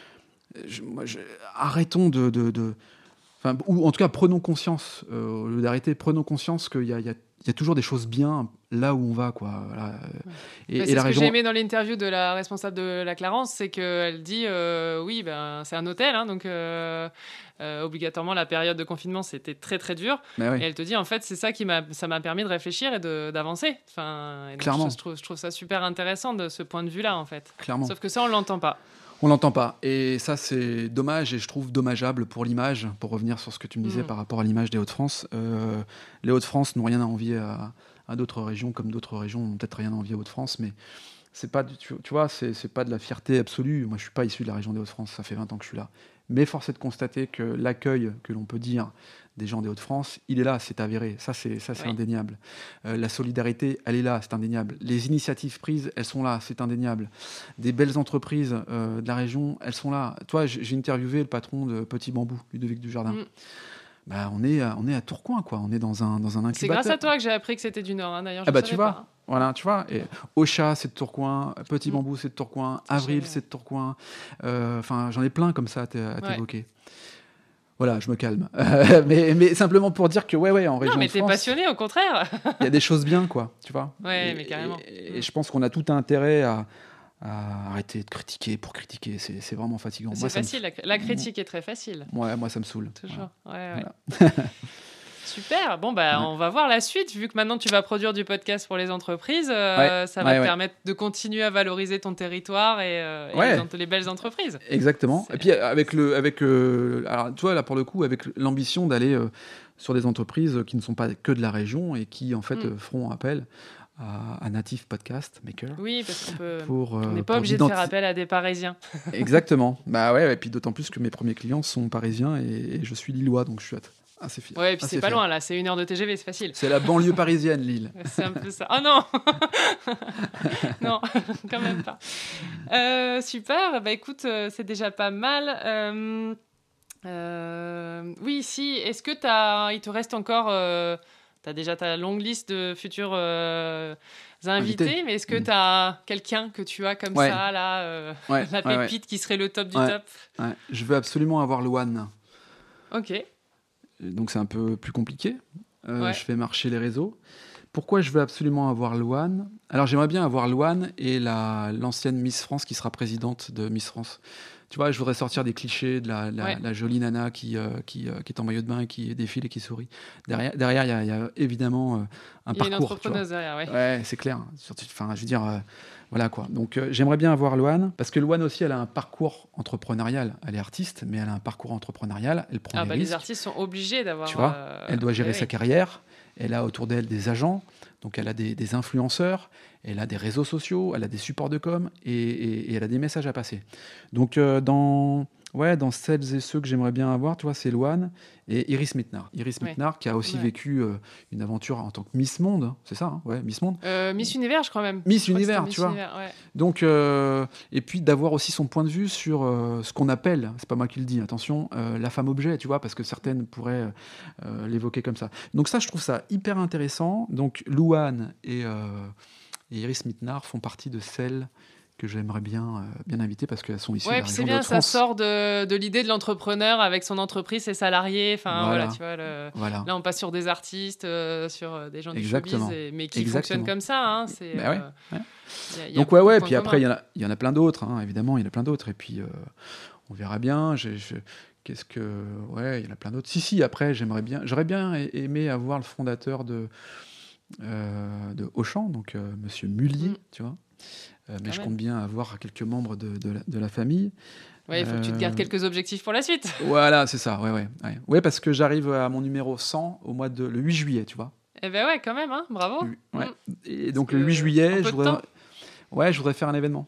je- je- moi, je- arrêtons de, de, de- enfin, ou en tout cas, prenons conscience, euh, au lieu d'arrêter, prenons conscience qu'il y a, il y a il y a toujours des choses bien là où on va, quoi. Voilà. Et, Bah, et c'est la ce région. que j'ai aimé dans l'interview de la responsable de la Clarence, c'est qu'elle dit euh, oui, ben, c'est un hôtel, hein, donc euh, euh, obligatoirement la période de confinement c'était très très dur. Mais oui, Et elle te dit en fait c'est ça qui m'a ça m'a permis de réfléchir et de- d'avancer. Enfin, et donc, Clairement. Je, je trouve, je trouve ça super intéressant de ce point de vue là en fait. clairement. Sauf que ça on l'entend pas. On l'entend pas. Et ça, c'est dommage et je trouve dommageable pour l'image, pour revenir sur ce que tu me disais Mm. par rapport à l'image des Hauts-de-France. Euh, les Hauts-de-France n'ont rien à envier à, à d'autres régions, comme d'autres régions n'ont peut-être rien à envier aux Hauts-de-France, mais c'est pas, du- tu, tu vois, c'est, c'est pas de la fierté absolue. Moi, je suis pas issu de la région des Hauts-de-France, ça fait vingt ans que je suis là. Mais force est de constater que l'accueil que l'on peut dire des gens des Hauts-de-France, il est là, c'est avéré. Ça, c'est, ça, c'est Oui. indéniable. Euh, la solidarité, elle est là, c'est indéniable. Les initiatives prises, elles sont là, c'est indéniable. Des belles entreprises euh, de la région, elles sont là. Toi, j'ai j'ai interviewé le patron de Petit Bambou, Ludovic Dujardin. Mm. Bah, on est, à, on est à Tourcoing, quoi. On est dans un, dans un incubateur. C'est grâce à toi que j'ai appris que c'était du Nord, hein, d'ailleurs. je Ah bah le tu savais vois, pas. voilà, tu vois. Et Ocha, c'est de Tourcoing. Petit Mm. Bambou, c'est de Tourcoing. C'est Avril, génial. c'est de Tourcoing. Euh, Enfin, j'en ai plein comme ça à t'é- à Ouais. t'évoquer. Voilà, je me calme. Euh, mais, mais simplement pour dire que, ouais, ouais, en région Non, mais de t'es France, passionné, au contraire. il y a des choses bien, quoi, tu vois. Ouais, Et- mais carrément. Et, et je pense qu'on a tout intérêt à, à arrêter de critiquer pour critiquer. C'est c'est vraiment fatigant. C'est Moi, ça me- facile, la, la critique est très facile. Ouais, moi, ça me saoule. Toujours. Voilà. Ouais, ouais. Super. Bon, bah, Ouais. on va voir la suite. Vu que maintenant tu vas produire du podcast pour les entreprises, euh, Ouais. ça va Ouais, te ouais. permettre de continuer à valoriser ton territoire et, euh, et Ouais. les, ent- les belles entreprises. Exactement. C'est- Et puis avec le, avec, euh, alors tu vois là pour le coup avec l'ambition d'aller euh, sur des entreprises qui ne sont pas que de la région et qui en fait Mm. euh, feront appel à, à Native Podcast Maker Oui, parce qu'on peut. pour. euh, On n'est pas pour obligé de faire l'identi- appel à des Parisiens. Exactement. Bah ouais. Et puis d'autant plus que mes premiers clients sont parisiens et, et je suis lillois donc je suis assez fier. Ouais, et puis assez c'est pas fier. loin là, c'est une heure de T G V, c'est facile. C'est la banlieue parisienne, Lille. C'est un peu ça. Oh non Non, quand même pas. Euh, super, bah écoute, euh, c'est déjà pas mal. Euh, euh, oui, si, est-ce que t'as, il te reste encore... Euh, t'as déjà ta longue liste de futurs euh, invités, Invité. mais est-ce que Mm. t'as quelqu'un que tu as comme Ouais. ça, là, euh, Ouais. la ouais, ouais, pépite qui serait le top du Ouais. top? ouais. Je veux absolument avoir Loane. Ok. Donc c'est un peu plus compliqué. Euh, Ouais. Je fais marcher les réseaux. Pourquoi je veux absolument avoir Loane? Alors j'aimerais bien avoir Loane et la, l'ancienne Miss France qui sera présidente de Miss France. Tu vois, je voudrais sortir des clichés de la, la, Ouais. la jolie nana qui, euh, qui, euh, qui est en maillot de bain et qui défile et qui sourit. Derrière, derrière, il y a, il y a évidemment euh, un Il y a une parcours. tu vois. entrepreneuse derrière, ouais. Ouais, c'est clair. Surtout, enfin, je veux dire, euh, voilà quoi. Donc, euh, j'aimerais bien avoir Loane parce que Loane aussi, elle a un parcours entrepreneurial. Elle est artiste, mais elle a un parcours entrepreneurial. Elle prend Ah des bah, risques. les artistes sont obligés d'avoir... Tu vois, euh, Elle doit gérer eh sa oui. carrière. Elle a autour d'elle des agents. Donc, elle a des, des influenceurs. Elle a des réseaux sociaux. Elle a des supports de com. Et, et- et elle a des messages à passer. Donc, euh, dans, Ouais, dans celles et ceux que j'aimerais bien avoir, tu vois, c'est Loane et Iris Mittenard. Iris Ouais. Mittenard qui a aussi Ouais. vécu euh, une aventure en tant que Miss Monde, hein, c'est ça, hein, ouais, Miss Monde. Euh, Miss Univers, je crois même. Miss Je crois que c'était Univers, Miss tu vois. Univers, ouais. Donc, euh, et puis d'avoir aussi son point de vue sur euh, ce qu'on appelle, c'est pas moi qui le dis, attention, euh, la femme objet, tu vois, parce que certaines pourraient euh, l'évoquer comme ça. Donc ça, je trouve ça hyper intéressant. Donc Louane et, euh, et Iris Mittenard font partie de celles que j'aimerais bien, euh, bien inviter parce qu'elles sont issues Ouais, de la puis région c'est de bien, ça Hauts-de-France. sort de, de l'idée de l'entrepreneur avec son entreprise, ses salariés. Enfin, Voilà. voilà, tu vois. Le... Voilà. Là, on passe sur des artistes, euh, sur euh, des gens du Exactement. showbiz, et- mais qui Exactement. fonctionnent comme ça. Hein, c'est, Bah ouais, euh, ouais. y a- y a Donc ouais, beaucoup de ouais. points Puis après, il y communs. en a, il y en a plein d'autres, hein, évidemment, il y en a plein d'autres. Et puis, euh, on verra bien. J'ai- je- Qu'est-ce que... Ouais, il y en a plein d'autres. Si, si, après, j'aimerais bien... J'aurais bien a- aimé avoir le fondateur de, euh, de Auchan, donc euh, Monsieur Mullier, Mm. tu vois. Euh, mais Quand je même. compte bien avoir quelques membres de, de, la, de la famille. Ouais, il faut que tu te gardes Euh, quelques objectifs pour la suite. Voilà, c'est ça, ouais, ouais, ouais. Ouais, parce que j'arrive à mon numéro cent au mois de... le huit juillet, tu vois. Eh ben ouais, quand même, hein, bravo. Le- Ouais. Mm. Et donc Parce le que huit juillet, en peu je de voudrais... temps. Ouais, je voudrais faire un événement.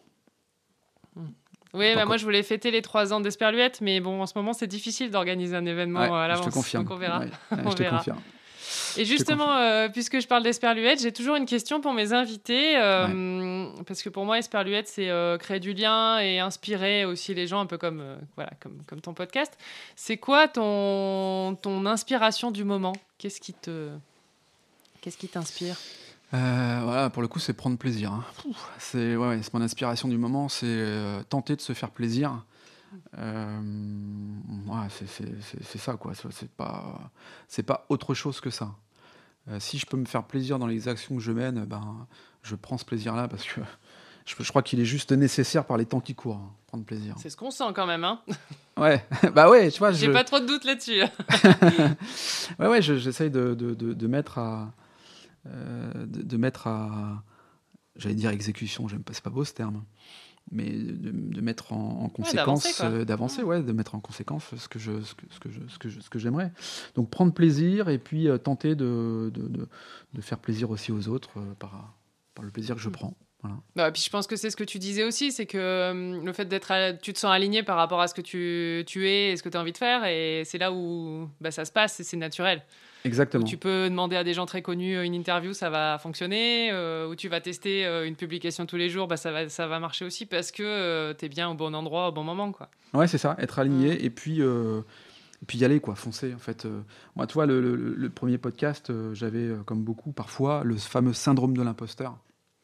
Oui, Pas bah encore. moi je voulais fêter les trois ans d'Esperluette, mais bon, en ce moment c'est difficile d'organiser un événement Ouais, à je l'avance. te confirme. Donc on verra. Ouais, ouais, On je te verra. confirme. Et justement, euh, puisque je parle d'Esperluette, j'ai toujours une question pour mes invités. euh, Parce que pour moi, Esperluette, c'est euh, créer du lien et inspirer aussi les gens, un peu comme, euh, voilà, comme, comme ton podcast. C'est quoi ton, ton inspiration du moment ? Qu'est-ce qui te, qu'est-ce qui t'inspire ? Euh, voilà, pour le coup, c'est prendre plaisir. Hein. Pouf, c'est ouais, ouais, c'est mon inspiration du moment, c'est euh, tenter de se faire plaisir. Euh, ouais, c'est, c'est, c'est, c'est ça, quoi. C'est, c'est pas, c'est pas autre chose que ça. Euh, si je peux me faire plaisir dans les actions que je mène, ben, je prends ce plaisir-là parce que je, je crois qu'il est juste nécessaire par les temps qui courent. Hein, prendre plaisir. C'est ce qu'on sent quand même, hein. Ouais, bah ouais, tu vois. J'ai je... pas trop de doute là-dessus. ouais, ouais, je, j'essaye de, de, de, de mettre à, euh, de, de mettre à, j'allais dire exécution. J'aime pas, c'est pas beau ce terme. Mais de, de mettre en, en conséquence, d'avancer, quoi. euh, d'avancer, Mmh. ouais, de mettre en conséquence ce que je, ce que, ce que je, ce que je- ce que j'aimerais. Donc prendre plaisir et puis euh, tenter de, de, de, de faire plaisir aussi aux autres euh, par, par le plaisir que je Mmh. prends. Voilà. Bah, puis je pense que c'est ce que tu disais aussi, c'est que euh, le fait d'être, à- tu te sens aligné par rapport à ce que tu, tu es et ce que tu as envie de faire, et c'est là où bah, ça se passe et c'est naturel. Exactement. Où tu peux demander à des gens très connus euh, une interview, ça va fonctionner. Euh, où tu vas tester euh, une publication tous les jours, bah, ça, va, ça va marcher aussi parce que tu es bien au bon endroit au bon moment, quoi. Ouais, c'est ça, être aligné Mm. et puis euh, et puis y aller, quoi, foncer. En fait, euh, moi, tu vois, le, le, le premier podcast, euh, j'avais euh, comme beaucoup parfois le fameux syndrome de l'imposteur.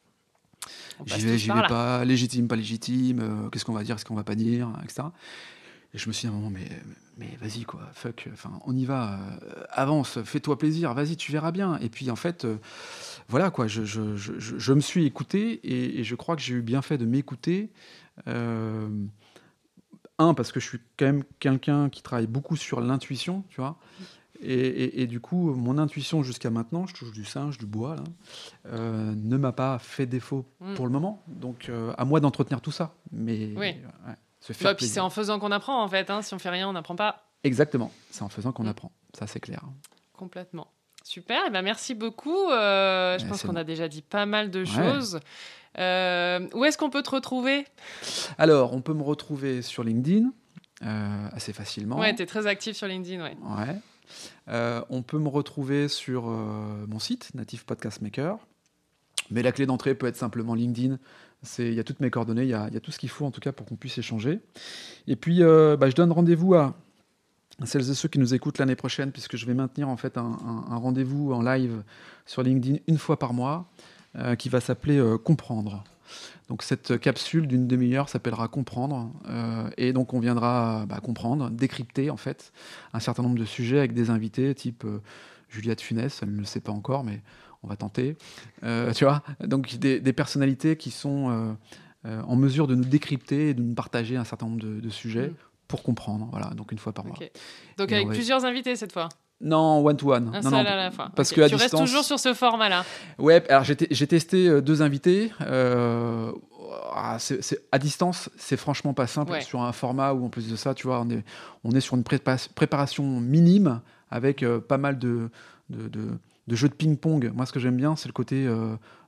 On passe J'y vais, tous j'y par vais là. pas, légitime, pas légitime, euh, qu'est-ce qu'on va dire, qu'est-ce qu'on va pas dire, et cetera. Et je me suis dit à un moment, mais, mais vas-y, quoi, fuck, enfin, on y va, euh, avance, fais-toi plaisir, vas-y, tu verras bien. Et puis, en fait, euh, voilà, quoi, je, je, je, je- je me suis écouté et, et je crois que j'ai eu bien fait de m'écouter. Euh, un, parce que je suis quand même quelqu'un qui travaille beaucoup sur l'intuition, tu vois. Et, et- et du coup, mon intuition jusqu'à maintenant, je touche du singe, du bois, là, euh, ne m'a pas fait défaut Mm. pour le moment. Donc, euh, à moi d'entretenir tout ça. Mais Oui. ouais, se faire Bah, puis c'est plaisir. en faisant qu'on apprend, en fait. Hein. Si on fait rien, on n'apprend pas. Exactement. C'est en faisant qu'on Mm. apprend. Ça, c'est clair. Complètement. Super, et ben merci beaucoup. Euh, je Ouais, pense c'est qu'on bon. a déjà dit pas mal de choses. Euh, où est-ce qu'on peut te retrouver ? Alors, on peut me retrouver sur LinkedIn euh, assez facilement. Ouais, tu es très actif sur LinkedIn, ouais. Ouais. Euh, on peut me retrouver sur euh, mon site, Native Podcast Maker. Mais la clé d'entrée peut être simplement LinkedIn. C'est- Il y a toutes mes coordonnées, il y a, il y a tout ce qu'il faut en tout cas pour qu'on puisse échanger. Et puis, euh, bah, je donne rendez-vous à celles et ceux qui nous écoutent l'année prochaine, puisque je vais maintenir en fait un, un- un rendez-vous en live sur LinkedIn une fois par mois, euh, qui va s'appeler euh, Comprendre. Donc cette capsule d'une demi-heure s'appellera Comprendre, euh, et donc on viendra bah, comprendre, décrypter en fait un certain nombre de sujets avec des invités type euh, Juliette Funès, elle ne le sait pas encore, mais on va tenter. Euh, tu vois, donc des, des personnalités qui sont euh, euh, en mesure de nous décrypter et de nous partager un certain nombre de, de sujets Mm. pour comprendre. Voilà, donc une fois par mois. Ok. Donc Et avec ouais. plusieurs invités cette fois. Non, one to one. Un non, seul non, à la fois. parce Ok. que à tu restes distance- toujours sur ce format-là. Ouais, alors j'ai, t- j'ai testé euh, deux invités. euh, ah, c'est, c'est- à distance, c'est franchement pas simple Ouais. sur un format où en plus de ça, tu vois, on est, on est sur une prépa- préparation minime avec euh, pas mal de, de, de- de jeux de ping-pong. Moi, ce que j'aime bien, c'est le côté euh,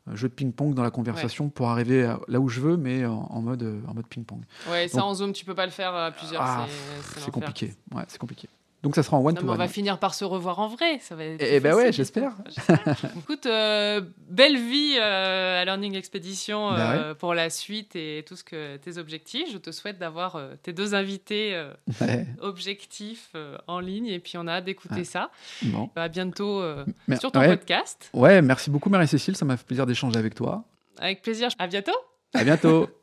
jeu de ping-pong dans la conversation ouais. pour arriver à, là où je veux, mais en, en, mode, en mode ping-pong. Ouais, ça Donc, en Zoom, tu peux pas le faire à plusieurs. Ah, c'est, c'est, c'est compliqué. Ouais, c'est compliqué. Donc ça sera en one-to-one. On va finir par se revoir en vrai. Ça va être eh ben ouais, j'espère. Écoute, euh, belle vie euh, à Learning Expedition euh, bah ouais. pour la suite et tout ce que tes objectifs. Je te souhaite d'avoir euh, tes deux invités euh, ouais. objectifs euh, en ligne et puis on a hâte d'écouter ouais. ça. Bon. À bientôt euh, Mer- sur ton ouais. podcast. Ouais, merci beaucoup Marie-Cécile, ça m'a fait plaisir d'échanger avec toi. Avec plaisir. À bientôt. À bientôt.